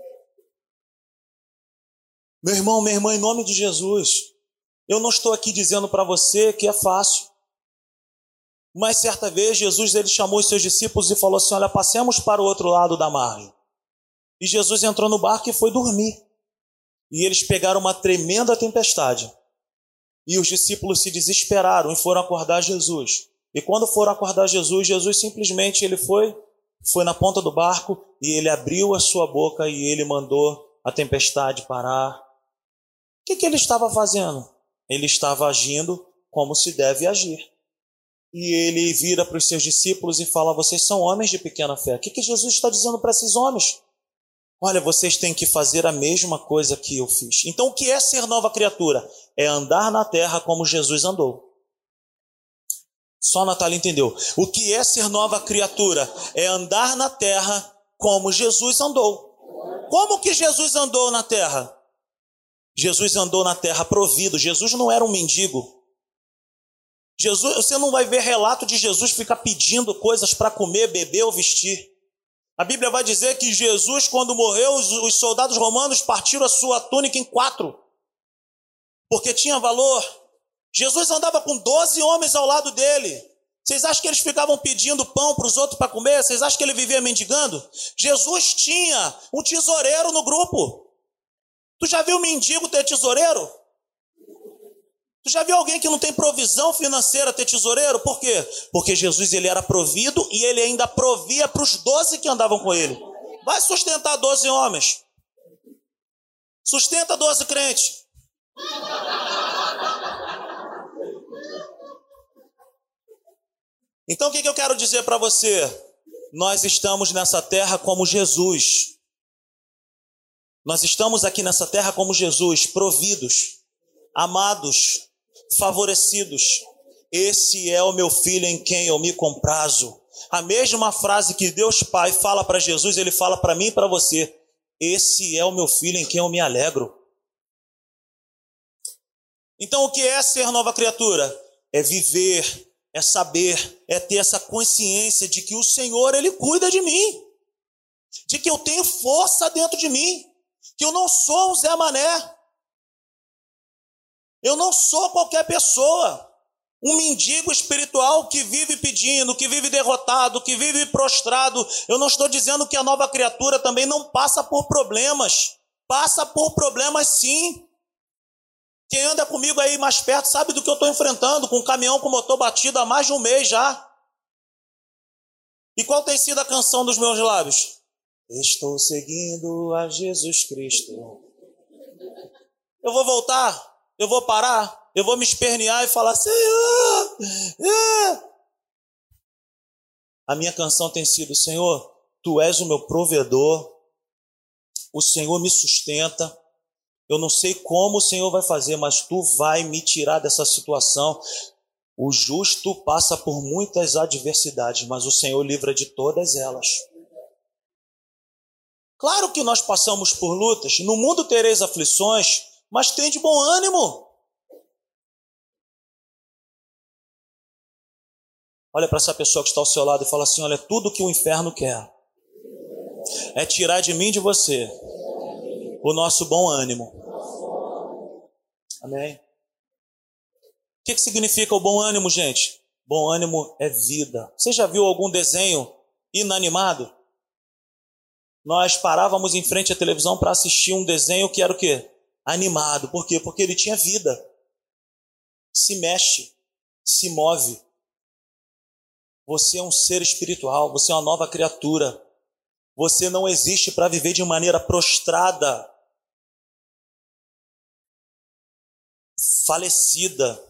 Meu irmão, minha irmã, em nome de Jesus. Eu não estou aqui dizendo para você que é fácil. Mas certa vez Jesus ele chamou os seus discípulos e falou assim, olha, passemos para o outro lado da margem. E Jesus entrou no barco e foi dormir. E eles pegaram uma tremenda tempestade. E os discípulos se desesperaram e foram acordar Jesus. E quando foram acordar Jesus, Jesus simplesmente ele foi, foi na ponta do barco e ele abriu a sua boca e ele mandou a tempestade parar. O que, que ele estava fazendo? Ele estava agindo como se deve agir. E ele vira para os seus discípulos e fala, vocês são homens de pequena fé. O que, que Jesus está dizendo para esses homens? Olha, vocês têm que fazer a mesma coisa que eu fiz. Então, o que é ser nova criatura? É andar na terra como Jesus andou. Só a Natália entendeu. O que é ser nova criatura? É andar na terra como Jesus andou. Como que Jesus andou na terra? Jesus andou na terra provido. Jesus não era um mendigo. Jesus, você não vai ver relato de Jesus ficar pedindo coisas para comer, beber ou vestir. A Bíblia vai dizer que Jesus, quando morreu, os, os soldados romanos partiram a sua túnica em quatro, porque tinha valor. Jesus andava com doze homens ao lado dele. Vocês acham que eles ficavam pedindo pão para os outros para comer? Vocês acham que ele vivia mendigando? Jesus tinha um tesoureiro no grupo. Tu já viu um mendigo ter tesoureiro? Tu já viu alguém que não tem provisão financeira ter tesoureiro? Por quê? Porque Jesus ele era provido e ele ainda provia para os doze que andavam com ele. Vai sustentar doze homens. Sustenta doze crentes. Então o que, que eu quero dizer para você? Nós estamos nessa terra como Jesus. Nós estamos aqui nessa terra como Jesus, providos, amados, favorecidos. Esse é o meu filho em quem eu me comprazo. A mesma frase que Deus Pai fala para Jesus, ele fala para mim e para você. Esse é o meu filho em quem eu me alegro. Então o que é ser nova criatura? É viver é saber, é ter essa consciência de que o Senhor, Ele cuida de mim, de que eu tenho força dentro de mim, que eu não sou um Zé Mané, eu não sou qualquer pessoa, um mendigo espiritual que vive pedindo, que vive derrotado, que vive prostrado. Eu não estou dizendo que a nova criatura também não passa por problemas, passa por problemas sim. Quem anda comigo aí mais perto sabe do que eu estou enfrentando, com um caminhão com motor batido há mais de um mês já. E qual tem sido a canção dos meus lábios? Estou seguindo a Jesus Cristo. Eu vou voltar, eu vou parar, eu vou me espernear e falar, Senhor, é. A minha canção tem sido, Senhor, Tu és o meu provedor, o Senhor me sustenta. Eu não sei como o Senhor vai fazer, mas Tu vai me tirar dessa situação. O justo passa por muitas adversidades, mas o Senhor livra de todas elas. Claro que nós passamos por lutas. No mundo tereis aflições, mas tem de bom ânimo. Olha para essa pessoa que está ao seu lado e fala assim, olha, tudo que o inferno quer é tirar de mim e de você o nosso bom ânimo. Amém? O que, que significa o bom ânimo, gente? Bom ânimo é vida. Você já viu algum desenho inanimado? Nós parávamos em frente à televisão para assistir um desenho que era o quê? Animado. Por quê? Porque ele tinha vida. Se mexe, se move. Você é um ser espiritual, você é uma nova criatura. Você não existe para viver de maneira prostrada, falecida.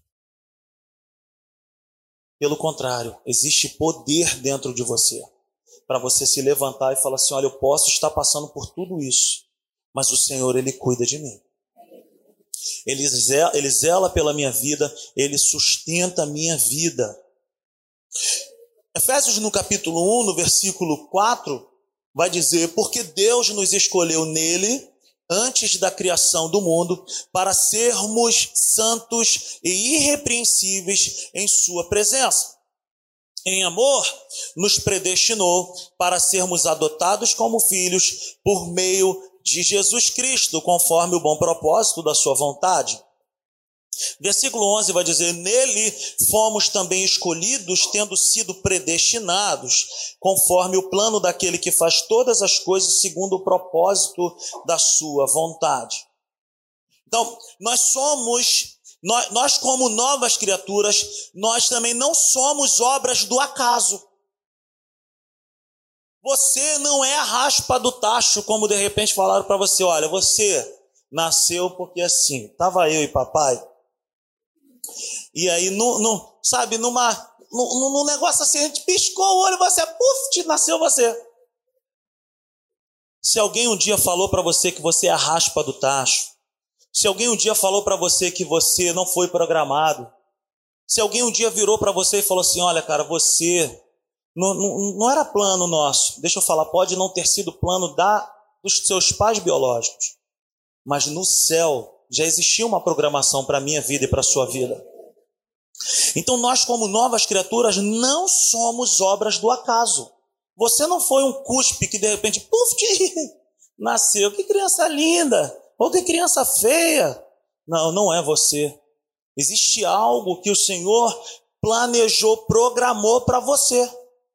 Pelo contrário, existe poder dentro de você, para você se levantar e falar assim, olha, eu posso estar passando por tudo isso, mas o Senhor, Ele cuida de mim. Ele zela, ele zela pela minha vida, Ele sustenta a minha vida. Efésios no capítulo um, no versículo quatro, vai dizer, porque Deus nos escolheu nele, antes da criação do mundo, para sermos santos e irrepreensíveis em sua presença. Em amor, nos predestinou para sermos adotados como filhos por meio de Jesus Cristo, conforme o bom propósito da sua vontade. Versículo onze vai dizer, nele fomos também escolhidos, tendo sido predestinados, conforme o plano daquele que faz todas as coisas segundo o propósito da sua vontade. Então, nós somos, nós, nós como novas criaturas, nós também não somos obras do acaso. Você não é a raspa do tacho, como de repente falaram para você, olha, você nasceu porque assim, estava eu e papai, e aí, no, no, sabe, numa, no, num negócio assim, a gente piscou o olho, você, puf, nasceu você. Se alguém um dia falou para você que você é a raspa do tacho, se alguém um dia falou para você que você não foi programado, se alguém um dia virou para você e falou assim, olha, cara, você, não, não, não era plano nosso, deixa eu falar, pode não ter sido plano da, dos seus pais biológicos, mas no céu, já existia uma programação para a minha vida e para a sua vida. Então nós, como novas criaturas, não somos obras do acaso. Você não foi um cuspe que de repente, puf, nasceu. Que criança linda! Ou que criança feia! Não, não é você. Existe algo que o Senhor planejou, programou para você.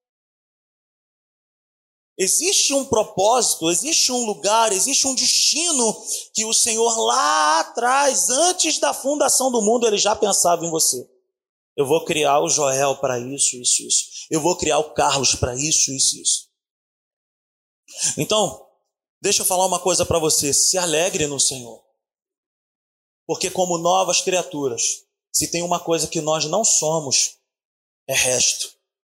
Existe um propósito, existe um lugar, existe um destino que o Senhor lá atrás, antes da fundação do mundo, Ele já pensava em você. Eu vou criar o Joel para isso, isso, isso. Eu vou criar o Carlos para isso, isso, isso. Então, deixa eu falar uma coisa para você. Se alegre no Senhor. Porque como novas criaturas, se tem uma coisa que nós não somos, é resto.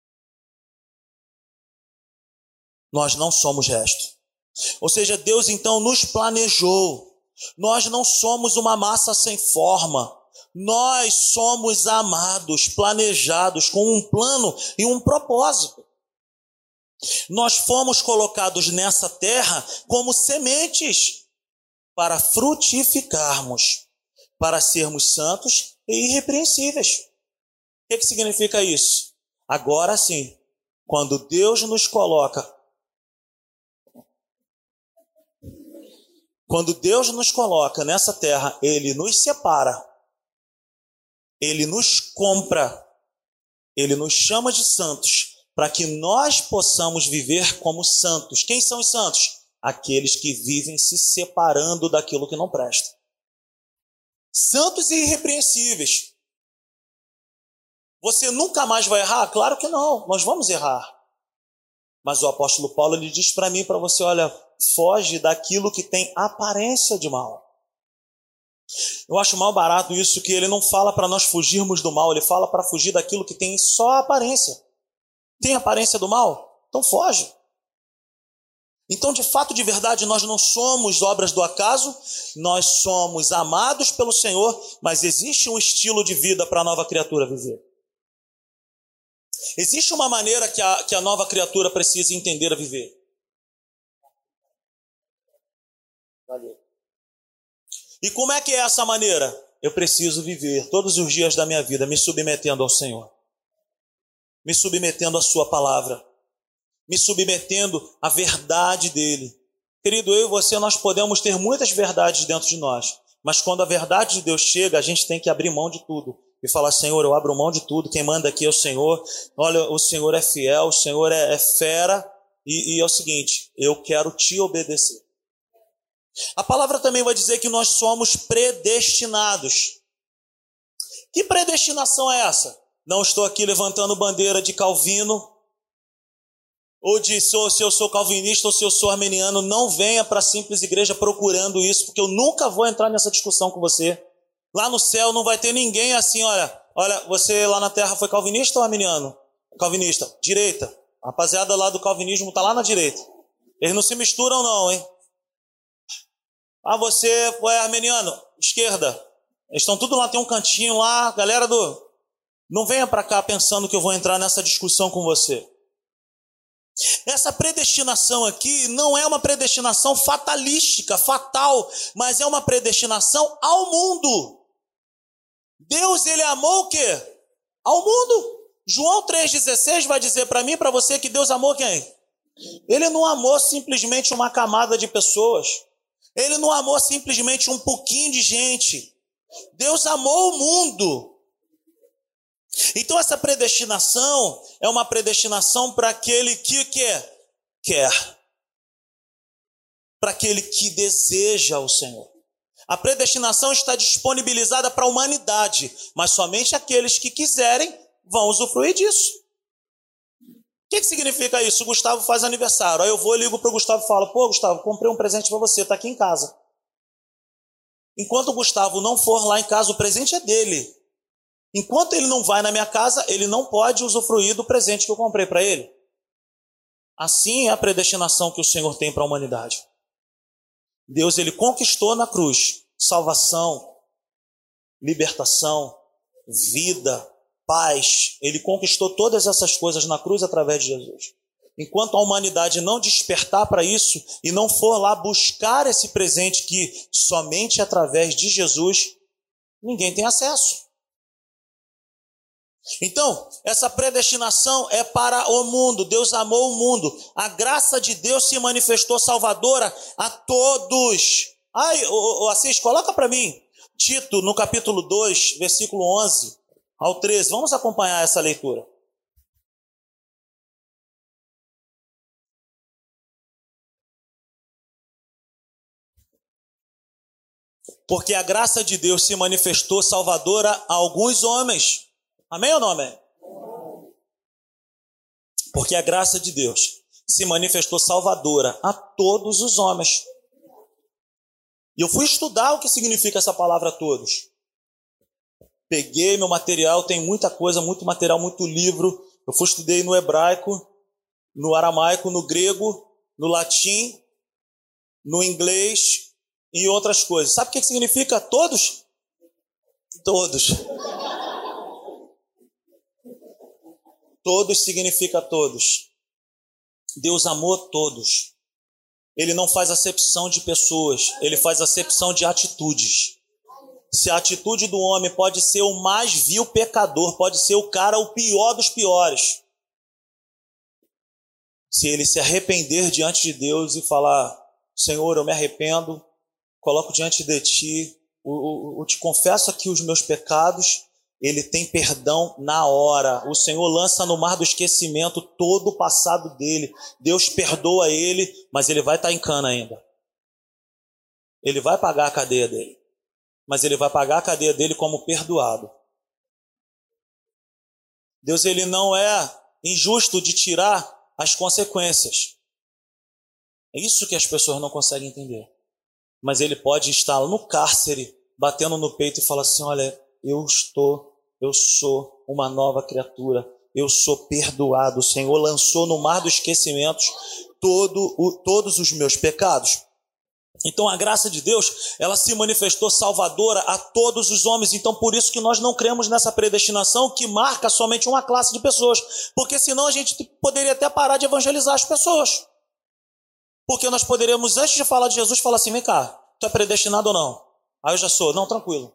Nós não somos resto. Ou seja, Deus então nos planejou. Nós não somos uma massa sem forma. Nós somos amados, planejados, com um plano e um propósito. Nós fomos colocados nessa terra como sementes para frutificarmos, para sermos santos e irrepreensíveis. que, que significa isso? Agora sim, quando Deus nos coloca, quando Deus nos coloca nessa terra, Ele nos separa, Ele nos compra, Ele nos chama de santos, para que nós possamos viver como santos. Quem são os santos? Aqueles que vivem se separando daquilo que não presta. Santos e irrepreensíveis. Você nunca mais vai errar? Claro que não, nós vamos errar. Mas o apóstolo Paulo ele diz para mim e para você, olha, foge daquilo que tem aparência de mal. Eu acho mal barato isso, que ele não fala para nós fugirmos do mal, ele fala para fugir daquilo que tem só aparência. Tem aparência do mal? Então foge. Então, de fato, de verdade, nós não somos obras do acaso, nós somos amados pelo Senhor, mas existe um estilo de vida para a nova criatura viver. Existe uma maneira que a, que a nova criatura precisa entender a viver. Valeu. E como é que é essa maneira? Eu preciso viver todos os dias da minha vida me submetendo ao Senhor, me submetendo à sua palavra, me submetendo à verdade dele. Querido, eu e você, nós podemos ter muitas verdades dentro de nós, mas quando a verdade de Deus chega, a gente tem que abrir mão de tudo e falar, Senhor, eu abro mão de tudo, quem manda aqui é o Senhor, olha, o Senhor é fiel, o Senhor é, é fera, e, e é o seguinte, eu quero te obedecer. A palavra também vai dizer que nós somos predestinados. Que predestinação é essa? Não estou aqui levantando bandeira de Calvino, ou de sou, se eu sou calvinista ou se eu sou arminiano. Não venha para a simples igreja procurando isso, porque eu nunca vou entrar nessa discussão com você. Lá no céu não vai ter ninguém assim, olha, olha, você lá na terra foi calvinista ou arminiano? Calvinista, direita. A rapaziada lá do calvinismo está lá na direita. Eles não se misturam não, hein? Ah, você foi arminiano, esquerda. Eles estão tudo lá, tem um cantinho lá, galera do... Não venha para cá pensando que eu vou entrar nessa discussão com você. Essa predestinação aqui não é uma predestinação fatalística, fatal, mas é uma predestinação ao mundo. Deus, ele amou o quê? Ao mundo. João três dezesseis vai dizer para mim e para você que Deus amou quem? Ele não amou simplesmente uma camada de pessoas. Ele não amou simplesmente um pouquinho de gente. Deus amou o mundo. Então essa predestinação é uma predestinação para aquele que quer, quer. Para aquele que deseja o Senhor. A predestinação está disponibilizada para a humanidade, mas somente aqueles que quiserem vão usufruir disso. O que, que significa isso? O Gustavo faz aniversário. Aí eu vou, ligo para o Gustavo e falo, pô, Gustavo, comprei um presente para você, está aqui em casa. Enquanto o Gustavo não for lá em casa, o presente é dele. Enquanto ele não vai na minha casa, ele não pode usufruir do presente que eu comprei para ele. Assim é a predestinação que o Senhor tem para a humanidade. Deus, ele conquistou na cruz salvação, libertação, vida, paz. Ele conquistou todas essas coisas na cruz através de Jesus. Enquanto a humanidade não despertar para isso e não for lá buscar esse presente que somente através de Jesus, ninguém tem acesso. Então, essa predestinação é para o mundo. Deus amou o mundo. A graça de Deus se manifestou salvadora a todos. Ai, ô, ô, Assis, coloca para mim Tito, no capítulo dois, versículo onze ao treze. Vamos acompanhar essa leitura. Porque a graça de Deus se manifestou salvadora a alguns homens. Amém ou não amém? Porque a graça de Deus se manifestou salvadora a todos os homens. E eu fui estudar o que significa essa palavra todos. Peguei meu material, tem muita coisa, muito material, muito livro. Eu fui estudei no hebraico, no aramaico, no grego, no latim, no inglês e outras coisas. Sabe o que significa todos? Todos. Todos significa todos. Deus amou todos. Ele não faz acepção de pessoas, ele faz acepção de atitudes. se a atitude do homem pode ser o mais vil pecador, pode ser o cara o pior dos piores, se ele se arrepender diante de Deus e falar: Senhor, eu me arrependo, coloco diante de Ti, eu, eu, eu te confesso aqui os meus pecados, ele tem perdão na hora. O Senhor lança no mar do esquecimento todo o passado dele. Deus perdoa ele, mas ele vai estar em cana ainda. Ele vai pagar a cadeia dele, mas ele vai pagar a cadeia dele como perdoado. Deus, ele não é injusto de tirar as consequências. É isso que as pessoas não conseguem entender. Mas ele pode estar no cárcere, batendo no peito e falar assim: olha, eu estou, eu sou uma nova criatura, eu sou perdoado. O Senhor lançou no mar dos esquecimentos todo o, todos os meus pecados. Então a graça de Deus, ela se manifestou salvadora a todos os homens. Então por isso que nós não cremos nessa predestinação que marca somente uma classe de pessoas. Porque senão a gente poderia até parar de evangelizar as pessoas. Porque nós poderíamos, antes de falar de Jesus, falar assim: vem cá, tu é predestinado ou não? Aí eu já sou, não, tranquilo.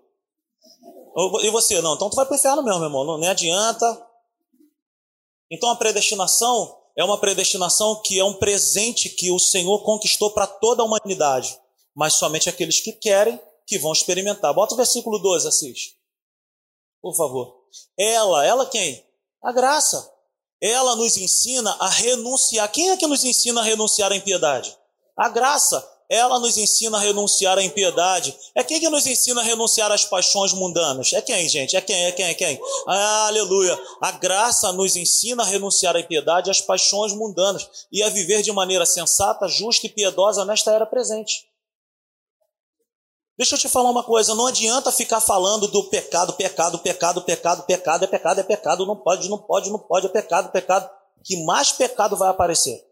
E você? Não, então tu vai para o inferno mesmo, meu irmão, não, nem adianta. Então a predestinação é uma predestinação que é um presente que o Senhor conquistou para toda a humanidade, mas somente aqueles que querem que vão experimentar. Bota o versículo doze, assiste. Por favor. Ela, ela quem? A graça. Ela nos ensina a renunciar. Quem é que nos ensina a renunciar à impiedade? A graça. Ela nos ensina a renunciar à impiedade. É quem que nos ensina a renunciar às paixões mundanas? É quem, gente? É quem? É quem? É quem? Ah, aleluia. A graça nos ensina a renunciar à impiedade e às paixões mundanas e a viver de maneira sensata, justa e piedosa nesta era presente. Deixa eu te falar uma coisa, não adianta ficar falando do pecado, pecado, pecado, pecado, pecado, é pecado, é pecado, não pode, não pode, não pode, é pecado, pecado, que mais pecado vai aparecer.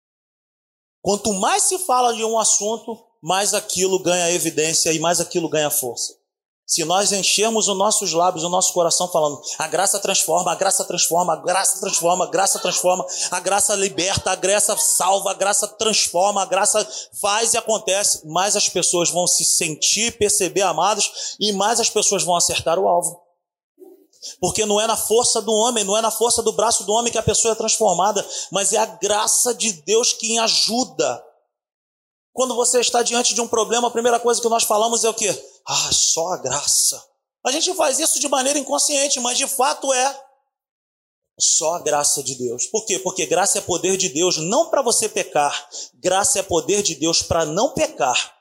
Quanto mais se fala de um assunto, mais aquilo ganha evidência e mais aquilo ganha força. Se nós enchermos os nossos lábios, o nosso coração falando: a graça transforma, a graça transforma, a graça transforma, a graça transforma, a graça liberta, a graça salva, a graça transforma, a graça faz e acontece, mais as pessoas vão se sentir, perceber amadas e mais as pessoas vão acertar o alvo. Porque não é na força do homem, não é na força do braço do homem que a pessoa é transformada, mas é a graça de Deus que ajuda. Quando você está diante de um problema, a primeira coisa que nós falamos é o quê? Ah, só a graça. A gente faz isso de maneira inconsciente, mas de fato é só a graça de Deus. Por quê? Porque graça é poder de Deus não para você pecar, graça é poder de Deus para não pecar.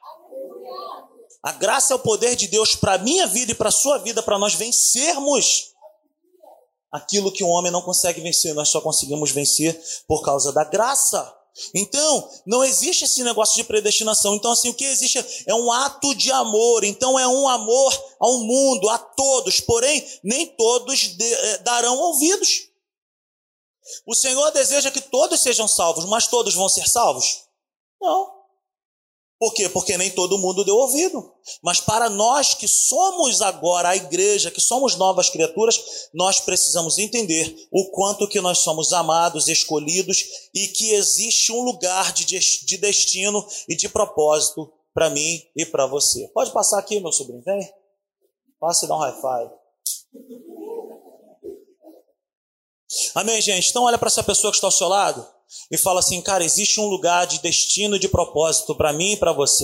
A graça é o poder de Deus para a minha vida e para a sua vida, para nós vencermos aquilo que o homem não consegue vencer. Nós só conseguimos vencer por causa da graça. Então, não existe esse negócio de predestinação. Então, assim, o que existe é um ato de amor. Então, é um amor ao mundo, a todos. Porém, nem todos de, darão ouvidos. O Senhor deseja que todos sejam salvos, mas todos vão ser salvos? Não. Por quê? Porque nem todo mundo deu ouvido. Mas para nós que somos agora a igreja, que somos novas criaturas, nós precisamos entender o quanto que nós somos amados, escolhidos e que existe um lugar de, de destino e de propósito para mim e para você. Pode passar aqui, meu sobrinho, vem. Passa e dá um high five. Amém, gente? Então olha para essa pessoa que está ao seu lado e fala assim: cara, existe um lugar de destino e de propósito para mim e para você.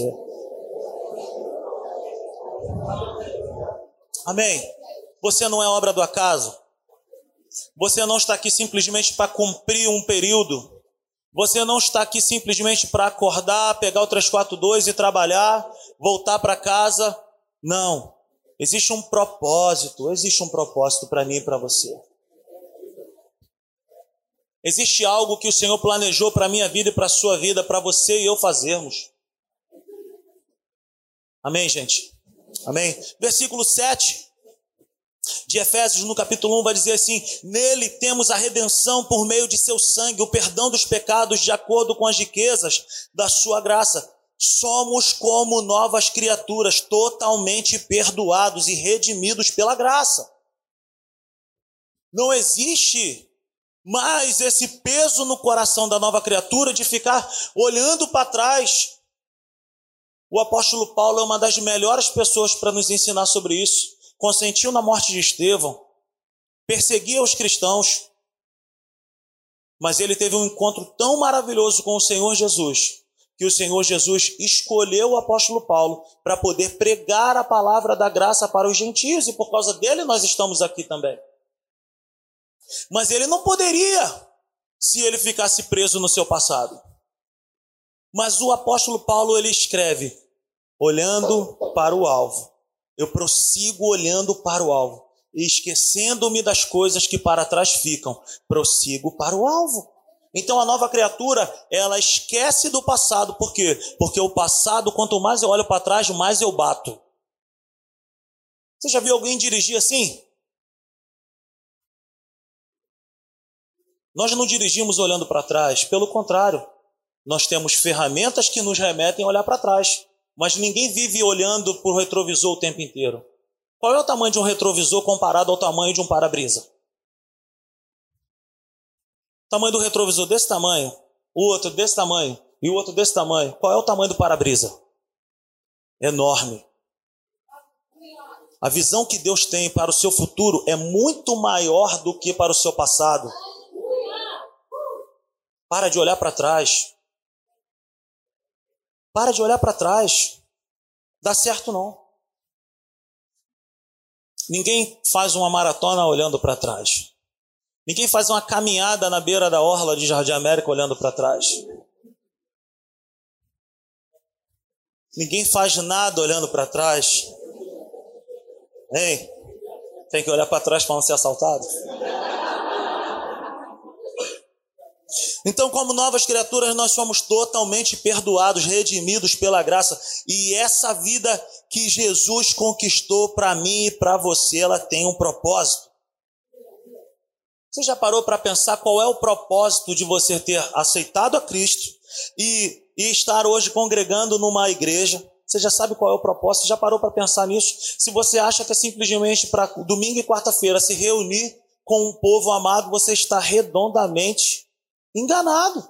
Amém? Você não é obra do acaso. Você não está aqui simplesmente para cumprir um período. Você não está aqui simplesmente para acordar, pegar o três quatro dois e trabalhar, voltar para casa. Não. Existe um propósito. Existe um propósito para mim e para você. Existe algo que o Senhor planejou para a minha vida e para a sua vida, para você e eu fazermos. Amém, gente? Amém? Versículo sete de Efésios, no capítulo um, vai dizer assim: nele temos a redenção por meio de seu sangue, o perdão dos pecados de acordo com as riquezas da sua graça. Somos como novas criaturas, totalmente perdoados e redimidos pela graça. Não existe mais esse peso no coração da nova criatura de ficar olhando para trás. O apóstolo Paulo é uma das melhores pessoas para nos ensinar sobre isso. Consentiu na morte de Estevão, perseguia os cristãos, mas ele teve um encontro tão maravilhoso com o Senhor Jesus, que o Senhor Jesus escolheu o apóstolo Paulo para poder pregar a palavra da graça para os gentios, e por causa dele nós estamos aqui também. Mas ele não poderia, se ele ficasse preso no seu passado. Mas o apóstolo Paulo, ele escreve, olhando para o alvo. Eu prossigo olhando para o alvo. E esquecendo-me das coisas que para trás ficam, prossigo para o alvo. Então a nova criatura, ela esquece do passado. Por quê? Porque o passado, quanto mais eu olho para trás, mais eu bato. Você já viu alguém dirigir assim? Nós não dirigimos olhando para trás, pelo contrário. Nós temos ferramentas que nos remetem a olhar para trás. Mas ninguém vive olhando para o retrovisor o tempo inteiro. Qual é o tamanho de um retrovisor comparado ao tamanho de um para-brisa? O tamanho do retrovisor desse tamanho, o outro desse tamanho e o outro desse tamanho. Qual é o tamanho do para-brisa? Enorme. A visão que Deus tem para o seu futuro é muito maior do que para o seu passado. Para de olhar para trás. Para de olhar para trás. Dá certo não. Ninguém faz uma maratona olhando para trás. Ninguém faz uma caminhada na beira da orla de Jardim América olhando para trás. Ninguém faz nada olhando para trás. Hein? Tem que olhar para trás para não ser assaltado? Então, como novas criaturas, nós somos totalmente perdoados, redimidos pela graça. E essa vida que Jesus conquistou para mim e para você, ela tem um propósito. Você já parou para pensar qual é o propósito de você ter aceitado a Cristo e, e estar hoje congregando numa igreja? Você já sabe qual é o propósito? Você já parou para pensar nisso? Se você acha que é simplesmente para domingo e quarta-feira se reunir com um povo amado, você está redondamente enganado.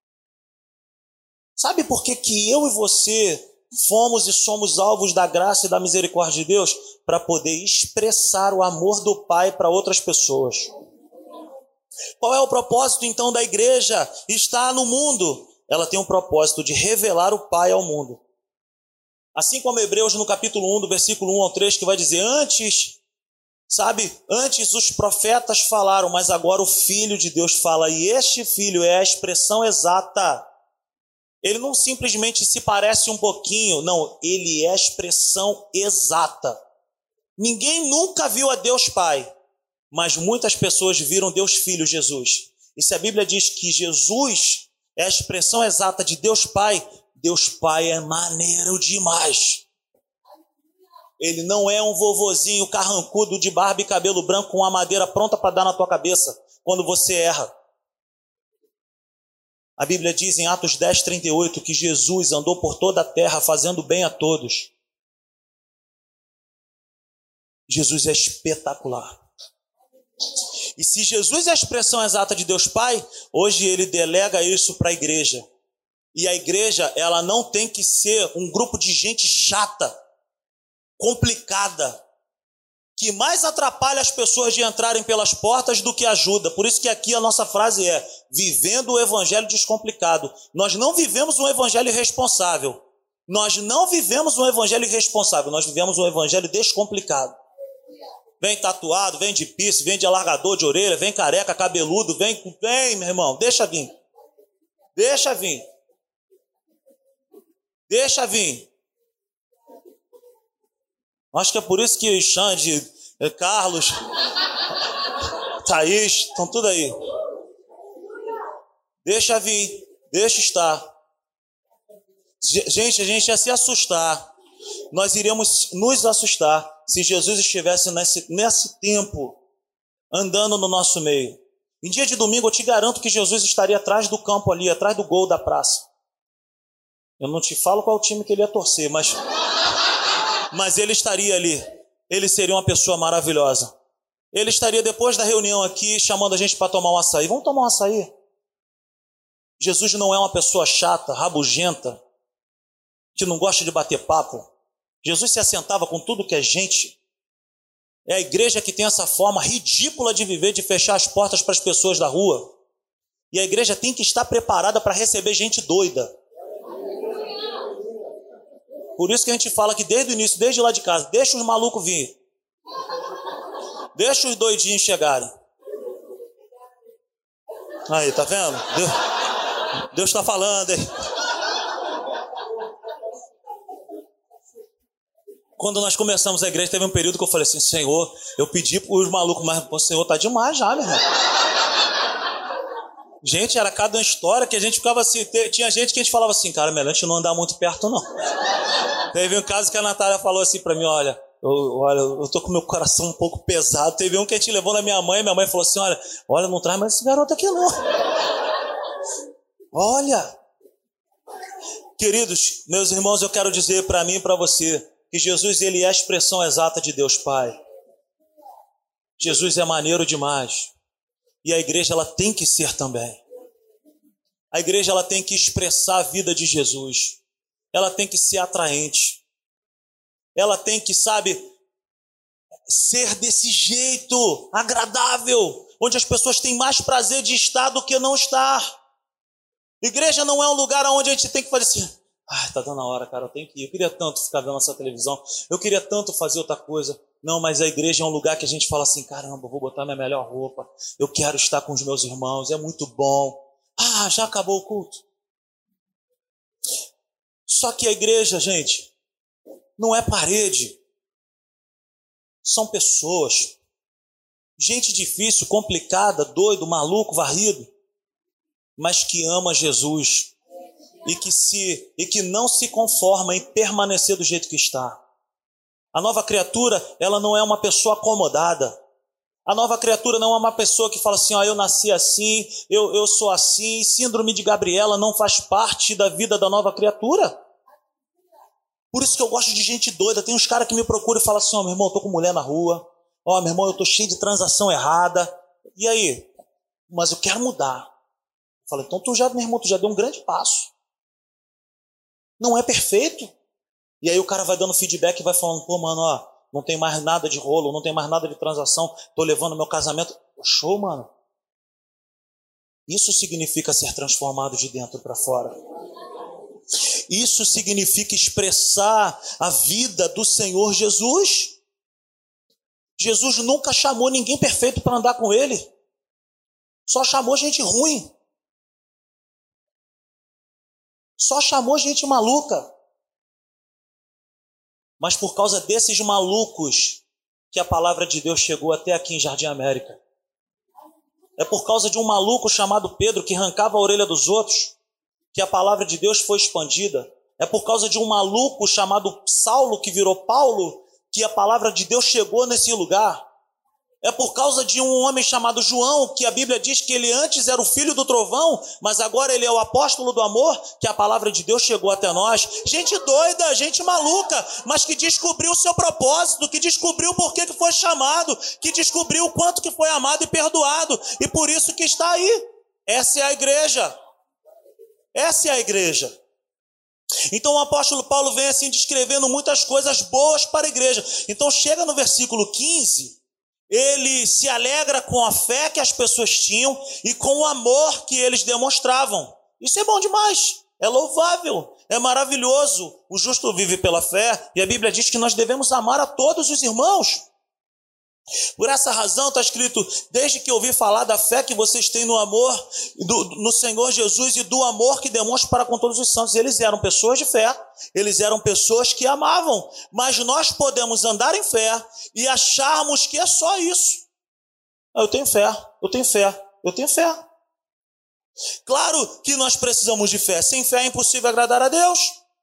Sabe por que que eu e você fomos e somos alvos da graça e da misericórdia de Deus? Para poder expressar o amor do Pai para outras pessoas. Qual é o propósito então da igreja? Está no mundo. Ela tem um propósito de revelar o Pai ao mundo. Assim como Hebreus no capítulo um, do versículo um ao três, que vai dizer, antes... Sabe, antes os profetas falaram, mas agora o Filho de Deus fala. E este Filho é a expressão exata. Ele não simplesmente se parece um pouquinho. Não, ele é a expressão exata. Ninguém nunca viu a Deus Pai. Mas muitas pessoas viram Deus Filho, Jesus. E se a Bíblia diz que Jesus é a expressão exata de Deus Pai, Deus Pai é maneiro demais. Ele não é um vovozinho carrancudo de barba e cabelo branco com uma madeira pronta para dar na tua cabeça quando você erra. A Bíblia diz em Atos dez, trinta e oito que Jesus andou por toda a terra fazendo bem a todos. Jesus é espetacular. E se Jesus é a expressão exata de Deus Pai, hoje ele delega isso para a igreja. E a igreja, ela não tem que ser um grupo de gente chata, complicada, que mais atrapalha as pessoas de entrarem pelas portas do que ajuda. Por isso que aqui a nossa frase é, vivendo o evangelho descomplicado. Nós não vivemos um evangelho irresponsável. Nós não vivemos um evangelho irresponsável, nós vivemos um evangelho descomplicado. Vem tatuado, vem de piercing, vem de alargador de orelha, vem careca, cabeludo, vem, vem, meu irmão, deixa vir. Deixa vir. Deixa vir. Acho que é por isso que Xande, Carlos, Thaís, estão tudo aí. Deixa vir, deixa estar. Gente, a gente ia se assustar. Nós iríamos nos assustar se Jesus estivesse nesse, nesse tempo andando no nosso meio. Em dia de domingo eu te garanto que Jesus estaria atrás do campo ali, atrás do gol da praça. Eu não te falo qual time que ele ia torcer, mas, mas ele estaria ali. Ele seria uma pessoa maravilhosa. Ele estaria depois da reunião aqui chamando a gente para tomar um açaí. Vamos tomar um açaí? Jesus não é uma pessoa chata, rabugenta. que não gosta de bater papo. Jesus se assentava com tudo que é gente. É a igreja que tem essa forma ridícula de viver, de fechar as portas para as pessoas da rua. E a igreja tem que estar preparada para receber gente doida. Por isso que a gente fala que desde o início, desde lá de casa, deixa os malucos vir. Deixa os doidinhos chegarem. Aí, tá vendo? Deus, Deus tá falando, hein? Quando nós começamos a igreja, teve um período que eu falei assim, Senhor, eu pedi para os malucos, mas o Senhor tá demais já, meu irmão. Gente, era cada história que a gente ficava assim, tinha gente que a gente falava assim, cara, melhor a gente não andar muito perto, não. Teve um caso que a Natália falou assim para mim, olha, eu, olha, eu tô com meu coração um pouco pesado. Teve um que a gente levou na minha mãe, minha mãe falou assim, olha, olha, não traz mais esse garoto aqui não. Olha. Queridos, meus irmãos, eu quero dizer para mim e para você, que Jesus, ele é a expressão exata de Deus Pai. Jesus é maneiro demais. E a igreja, ela tem que ser também. A igreja, ela tem que expressar a vida de Jesus. Ela tem que ser atraente. Ela tem que, sabe, ser desse jeito, agradável, onde as pessoas têm mais prazer de estar do que não estar. Igreja não é um lugar onde a gente tem que fazer assim, ah, tá dando a hora, cara, eu tenho que ir. Eu queria tanto ficar vendo essa televisão. Eu queria tanto fazer outra coisa. Não, mas a igreja é um lugar que a gente fala assim, caramba, eu vou botar minha melhor roupa. Eu quero estar com os meus irmãos, é muito bom. Ah, já acabou o culto. Só que a igreja, gente, não é parede. São pessoas. Gente difícil, complicada, doido, maluco, varrido. Mas que ama Jesus. E que, se, e que não se conforma em permanecer do jeito que está. A nova criatura, ela não é uma pessoa acomodada. A nova criatura não é uma pessoa que fala assim, ó, eu nasci assim, eu, eu sou assim, síndrome de Gabriela não faz parte da vida da nova criatura. Por isso que eu gosto de gente doida. Tem uns caras que me procuram e falam assim, ó, meu irmão, eu tô com mulher na rua, ó, meu irmão, eu tô cheio de transação errada. E aí? Mas eu quero mudar. Eu falo, então tu já, meu irmão, tu já deu um grande passo. Não é perfeito. E aí o cara vai dando feedback e vai falando, pô, mano, ó, não tem mais nada de rolo, não tem mais nada de transação, tô levando meu casamento. Show, mano. Isso significa ser transformado de dentro para fora. Isso significa expressar a vida do Senhor Jesus. Jesus nunca chamou ninguém perfeito para andar com ele. Só chamou gente ruim. Só chamou gente maluca. Mas por causa desses malucos que a palavra de Deus chegou até aqui em Jardim América. É por causa de um maluco chamado Pedro que arrancava a orelha dos outros que a palavra de Deus foi expandida. É por causa de um maluco chamado Saulo que virou Paulo que a palavra de Deus chegou nesse lugar. É por causa de um homem chamado João, que a Bíblia diz que ele antes era o filho do trovão, mas agora ele é o apóstolo do amor, que a palavra de Deus chegou até nós. Gente doida, gente maluca, mas que descobriu o seu propósito, que descobriu por que foi chamado, que descobriu o quanto que foi amado e perdoado, e por isso que está aí. Essa é a igreja. Essa é a igreja. Então o apóstolo Paulo vem assim descrevendo muitas coisas boas para a igreja. Então chega no versículo quinze... ele se alegra com a fé que as pessoas tinham e com o amor que eles demonstravam. Isso é bom demais, é louvável, é maravilhoso. O justo vive pela fé e a Bíblia diz que nós devemos amar a todos os irmãos. Por essa razão está escrito, desde que ouvi falar da fé que vocês têm no amor, do, no Senhor Jesus e do amor que demonstram para com todos os santos. Eles eram pessoas de fé, eles eram pessoas que amavam, mas nós podemos andar em fé e acharmos que é só isso. Eu tenho fé, eu tenho fé, eu tenho fé. Claro que nós precisamos de fé, sem fé é impossível agradar a Deus.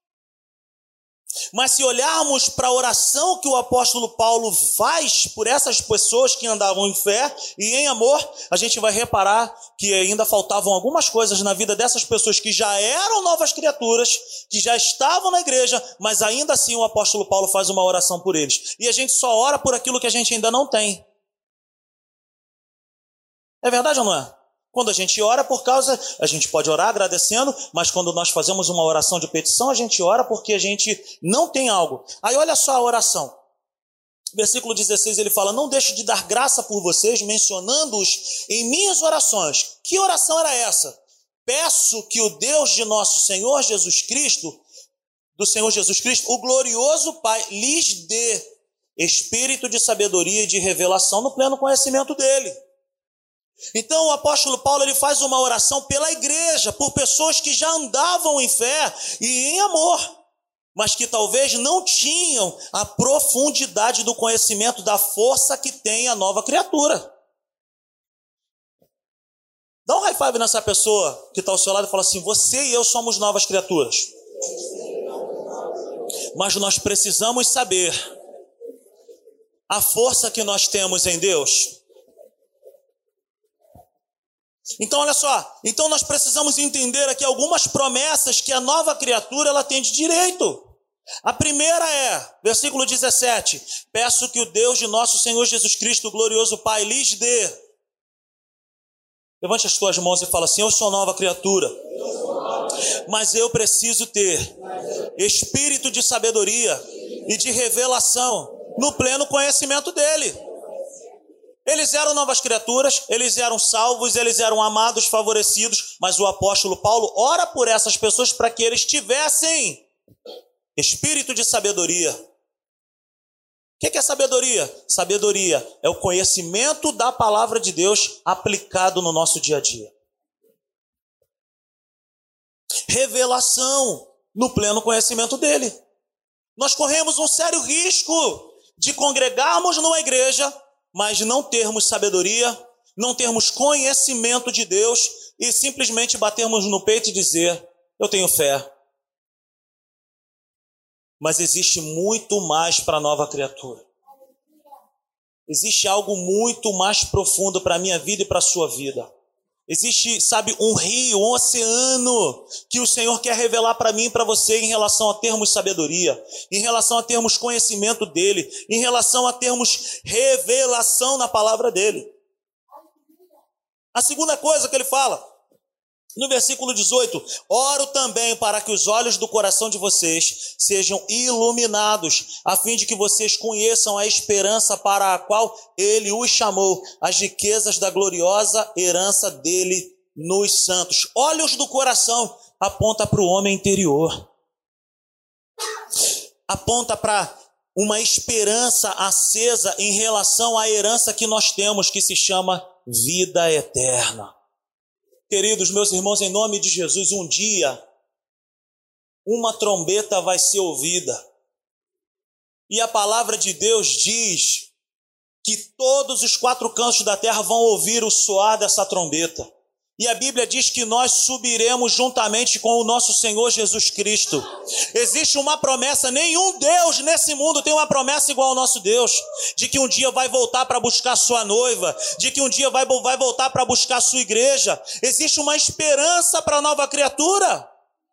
Mas se olharmos para a oração que o apóstolo Paulo faz por essas pessoas que andavam em fé e em amor, a gente vai reparar que ainda faltavam algumas coisas na vida dessas pessoas que já eram novas criaturas, que já estavam na igreja, mas ainda assim o apóstolo Paulo faz uma oração por eles. E a gente só ora por aquilo que a gente ainda não tem. É verdade ou não é? Quando a gente ora por causa, a gente pode orar agradecendo, mas quando nós fazemos uma oração de petição, a gente ora porque a gente não tem algo. Aí olha só a oração. Versículo dezesseis, ele fala: não deixo de dar graça por vocês, mencionando-os em minhas orações. Que oração era essa? Peço que o Deus de nosso Senhor Jesus Cristo, do Senhor Jesus Cristo, o glorioso Pai, lhes dê espírito de sabedoria e de revelação no pleno conhecimento dele. Então o apóstolo Paulo ele faz uma oração pela igreja, por pessoas que já andavam em fé e em amor, mas que talvez não tinham a profundidade do conhecimento da força que tem a nova criatura. Dá um high five nessa pessoa que está ao seu lado e fala assim: você e eu somos novas criaturas. Mas nós precisamos saber a força que nós temos em Deus. Então olha só, então nós precisamos entender aqui algumas promessas que a nova criatura ela tem de direito. A primeira é, versículo dezessete, peço que o Deus de nosso Senhor Jesus Cristo, o glorioso Pai, lhes dê. Levante as tuas mãos e fala assim: eu sou nova criatura, mas eu preciso ter espírito de sabedoria e de revelação no pleno conhecimento dele. Eles eram novas criaturas, eles eram salvos, eles eram amados, favorecidos, mas o apóstolo Paulo ora por essas pessoas para que eles tivessem espírito de sabedoria. O que é sabedoria? Sabedoria é o conhecimento da palavra de Deus aplicado no nosso dia a dia. Revelação no pleno conhecimento dele. Nós corremos um sério risco de congregarmos numa igreja, mas não termos sabedoria, não termos conhecimento de Deus e simplesmente batermos no peito e dizer: eu tenho fé. Mas existe muito mais para a nova criatura. Existe algo muito mais profundo para a minha vida e para a sua vida. Existe, sabe, um rio, um oceano que o Senhor quer revelar para mim e para você em relação a termos sabedoria, em relação a termos conhecimento dele, em relação a termos revelação na palavra dele. A segunda coisa que ele fala, no versículo dezoito, oro também para que os olhos do coração de vocês sejam iluminados, a fim de que vocês conheçam a esperança para a qual ele os chamou, as riquezas da gloriosa herança dele nos santos. Olhos do coração aponta para o homem interior, aponta para uma esperança acesa em relação à herança que nós temos, que se chama vida eterna. Queridos meus irmãos, em nome de Jesus, um dia uma trombeta vai ser ouvida. E a palavra de Deus diz que todos os quatro cantos da terra vão ouvir o soar dessa trombeta. E a Bíblia diz que nós subiremos juntamente com o nosso Senhor Jesus Cristo. Existe uma promessa, nenhum Deus nesse mundo tem uma promessa igual ao nosso Deus, de que um dia vai voltar para buscar sua noiva, de que um dia vai, vai voltar para buscar sua igreja. Existe uma esperança para a nova criatura.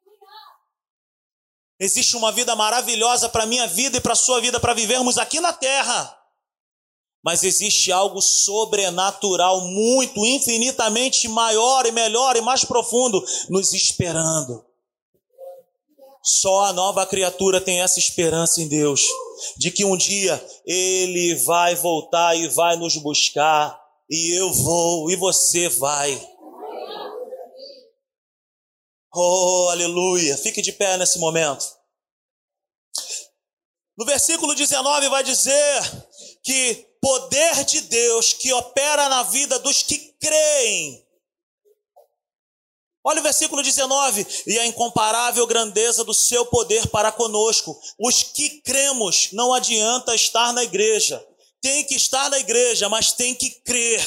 Existe uma vida maravilhosa para a minha vida e para a sua vida, para vivermos aqui na terra. Mas existe algo sobrenatural, muito, infinitamente maior e melhor e mais profundo, nos esperando. Só a nova criatura tem essa esperança em Deus, de que um dia Ele vai voltar e vai nos buscar, e eu vou, e você vai. Oh, aleluia! Fique de pé nesse momento. No versículo dezenove vai dizer que poder de Deus que opera na vida dos que creem. Olha o versículo dezenove. E a incomparável grandeza do seu poder para conosco. Os que cremos, não adianta estar na igreja. Tem que estar na igreja, mas tem que crer.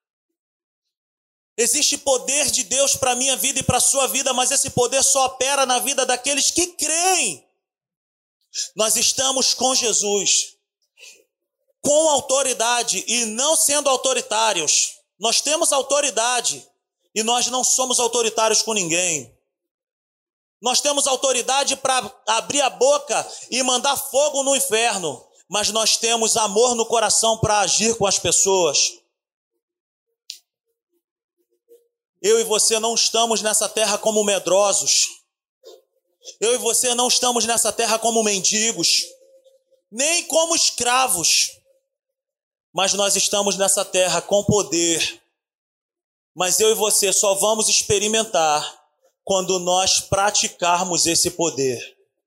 Existe poder de Deus para a minha vida e para a sua vida, mas esse poder só opera na vida daqueles que creem. Nós estamos com Jesus, com autoridade e não sendo autoritários. Nós temos autoridade e nós não somos autoritários com ninguém. Nós temos autoridade para abrir a boca e mandar fogo no inferno, mas nós temos amor no coração para agir com as pessoas. Eu e você não estamos nessa terra como medrosos. Eu e você não estamos nessa terra como mendigos, nem como escravos. Mas nós estamos nessa terra com poder. Mas eu e você só vamos experimentar quando nós praticarmos esse poder.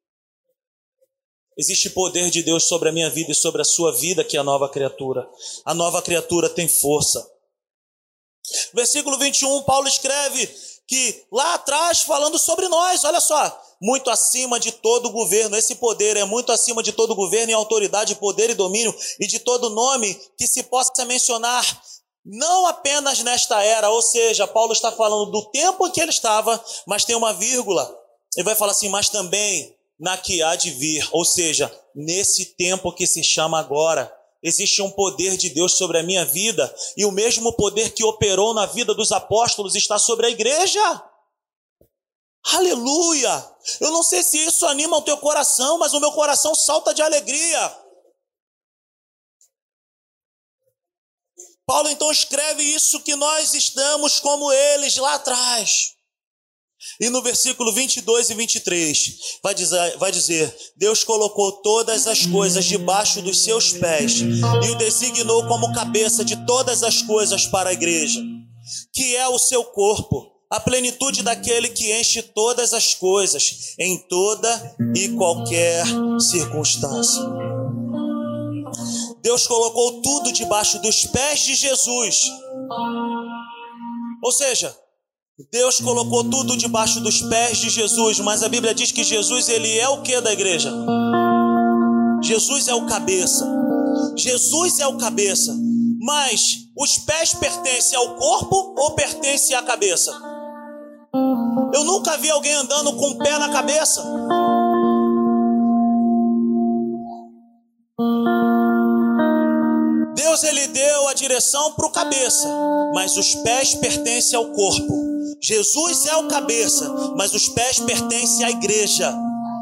Existe poder de Deus sobre a minha vida e sobre a sua vida, que é a nova criatura. A nova criatura tem força. Versículo vinte e um, Paulo escreve que lá atrás, falando sobre nós, olha só, muito acima de todo governo, esse poder é muito acima de todo governo e autoridade, poder e domínio, e de todo nome que se possa mencionar, não apenas nesta era, ou seja, Paulo está falando do tempo em que ele estava, mas tem uma vírgula, ele vai falar assim, mas também na que há de vir, ou seja, nesse tempo que se chama agora. Existe um poder de Deus sobre a minha vida, e o mesmo poder que operou na vida dos apóstolos está sobre a igreja. Aleluia! Eu não sei se isso anima o teu coração, mas o meu coração salta de alegria. Paulo então escreve isso, que nós estamos como eles lá atrás. E no versículo vinte e dois e vinte e três, vai dizer, vai dizer, Deus colocou todas as coisas debaixo dos seus pés e o designou como cabeça de todas as coisas para a igreja, que é o seu corpo, a plenitude daquele que enche todas as coisas, em toda e qualquer circunstância. Deus colocou tudo debaixo dos pés de Jesus. Ou seja, Deus colocou tudo debaixo dos pés de Jesus, mas a Bíblia diz que Jesus, ele é o que da igreja? Jesus é o cabeça. Jesus é o cabeça. Mas os pés pertencem ao corpo ou pertencem à cabeça? Eu nunca vi alguém andando com o pé na cabeça. Deus, ele deu a direção para o cabeça, mas os pés pertencem ao corpo. Jesus é o cabeça, mas os pés pertencem à igreja.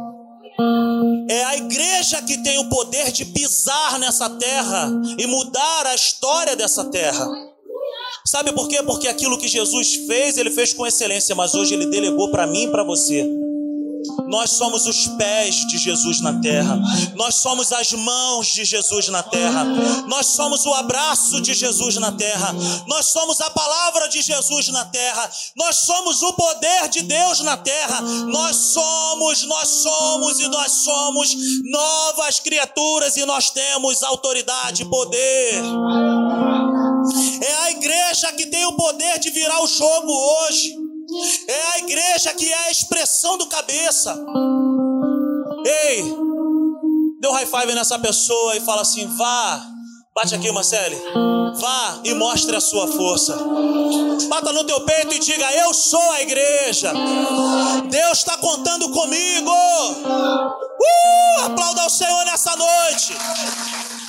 É a igreja que tem o poder de pisar nessa terra e mudar a história dessa terra. Sabe por quê? Porque aquilo que Jesus fez, ele fez com excelência, mas hoje ele delegou para mim e para você. Nós somos os pés de Jesus na terra. Nós somos as mãos de Jesus na terra. Nós somos o abraço de Jesus na terra. Nós somos a palavra de Jesus na terra. Nós somos o poder de Deus na terra. Nós somos, nós somos e nós somos novas criaturas e nós temos autoridade e poder. É a igreja que tem o poder de virar o jogo hoje. É a igreja que é a expressão do cabeça. Ei, dê um high five nessa pessoa e fala assim, vá, bate aqui, Marcele, vá e mostre a sua força. Bata no teu peito e diga, eu sou a igreja. Deus está contando comigo. Uh, aplauda ao Senhor nessa noite.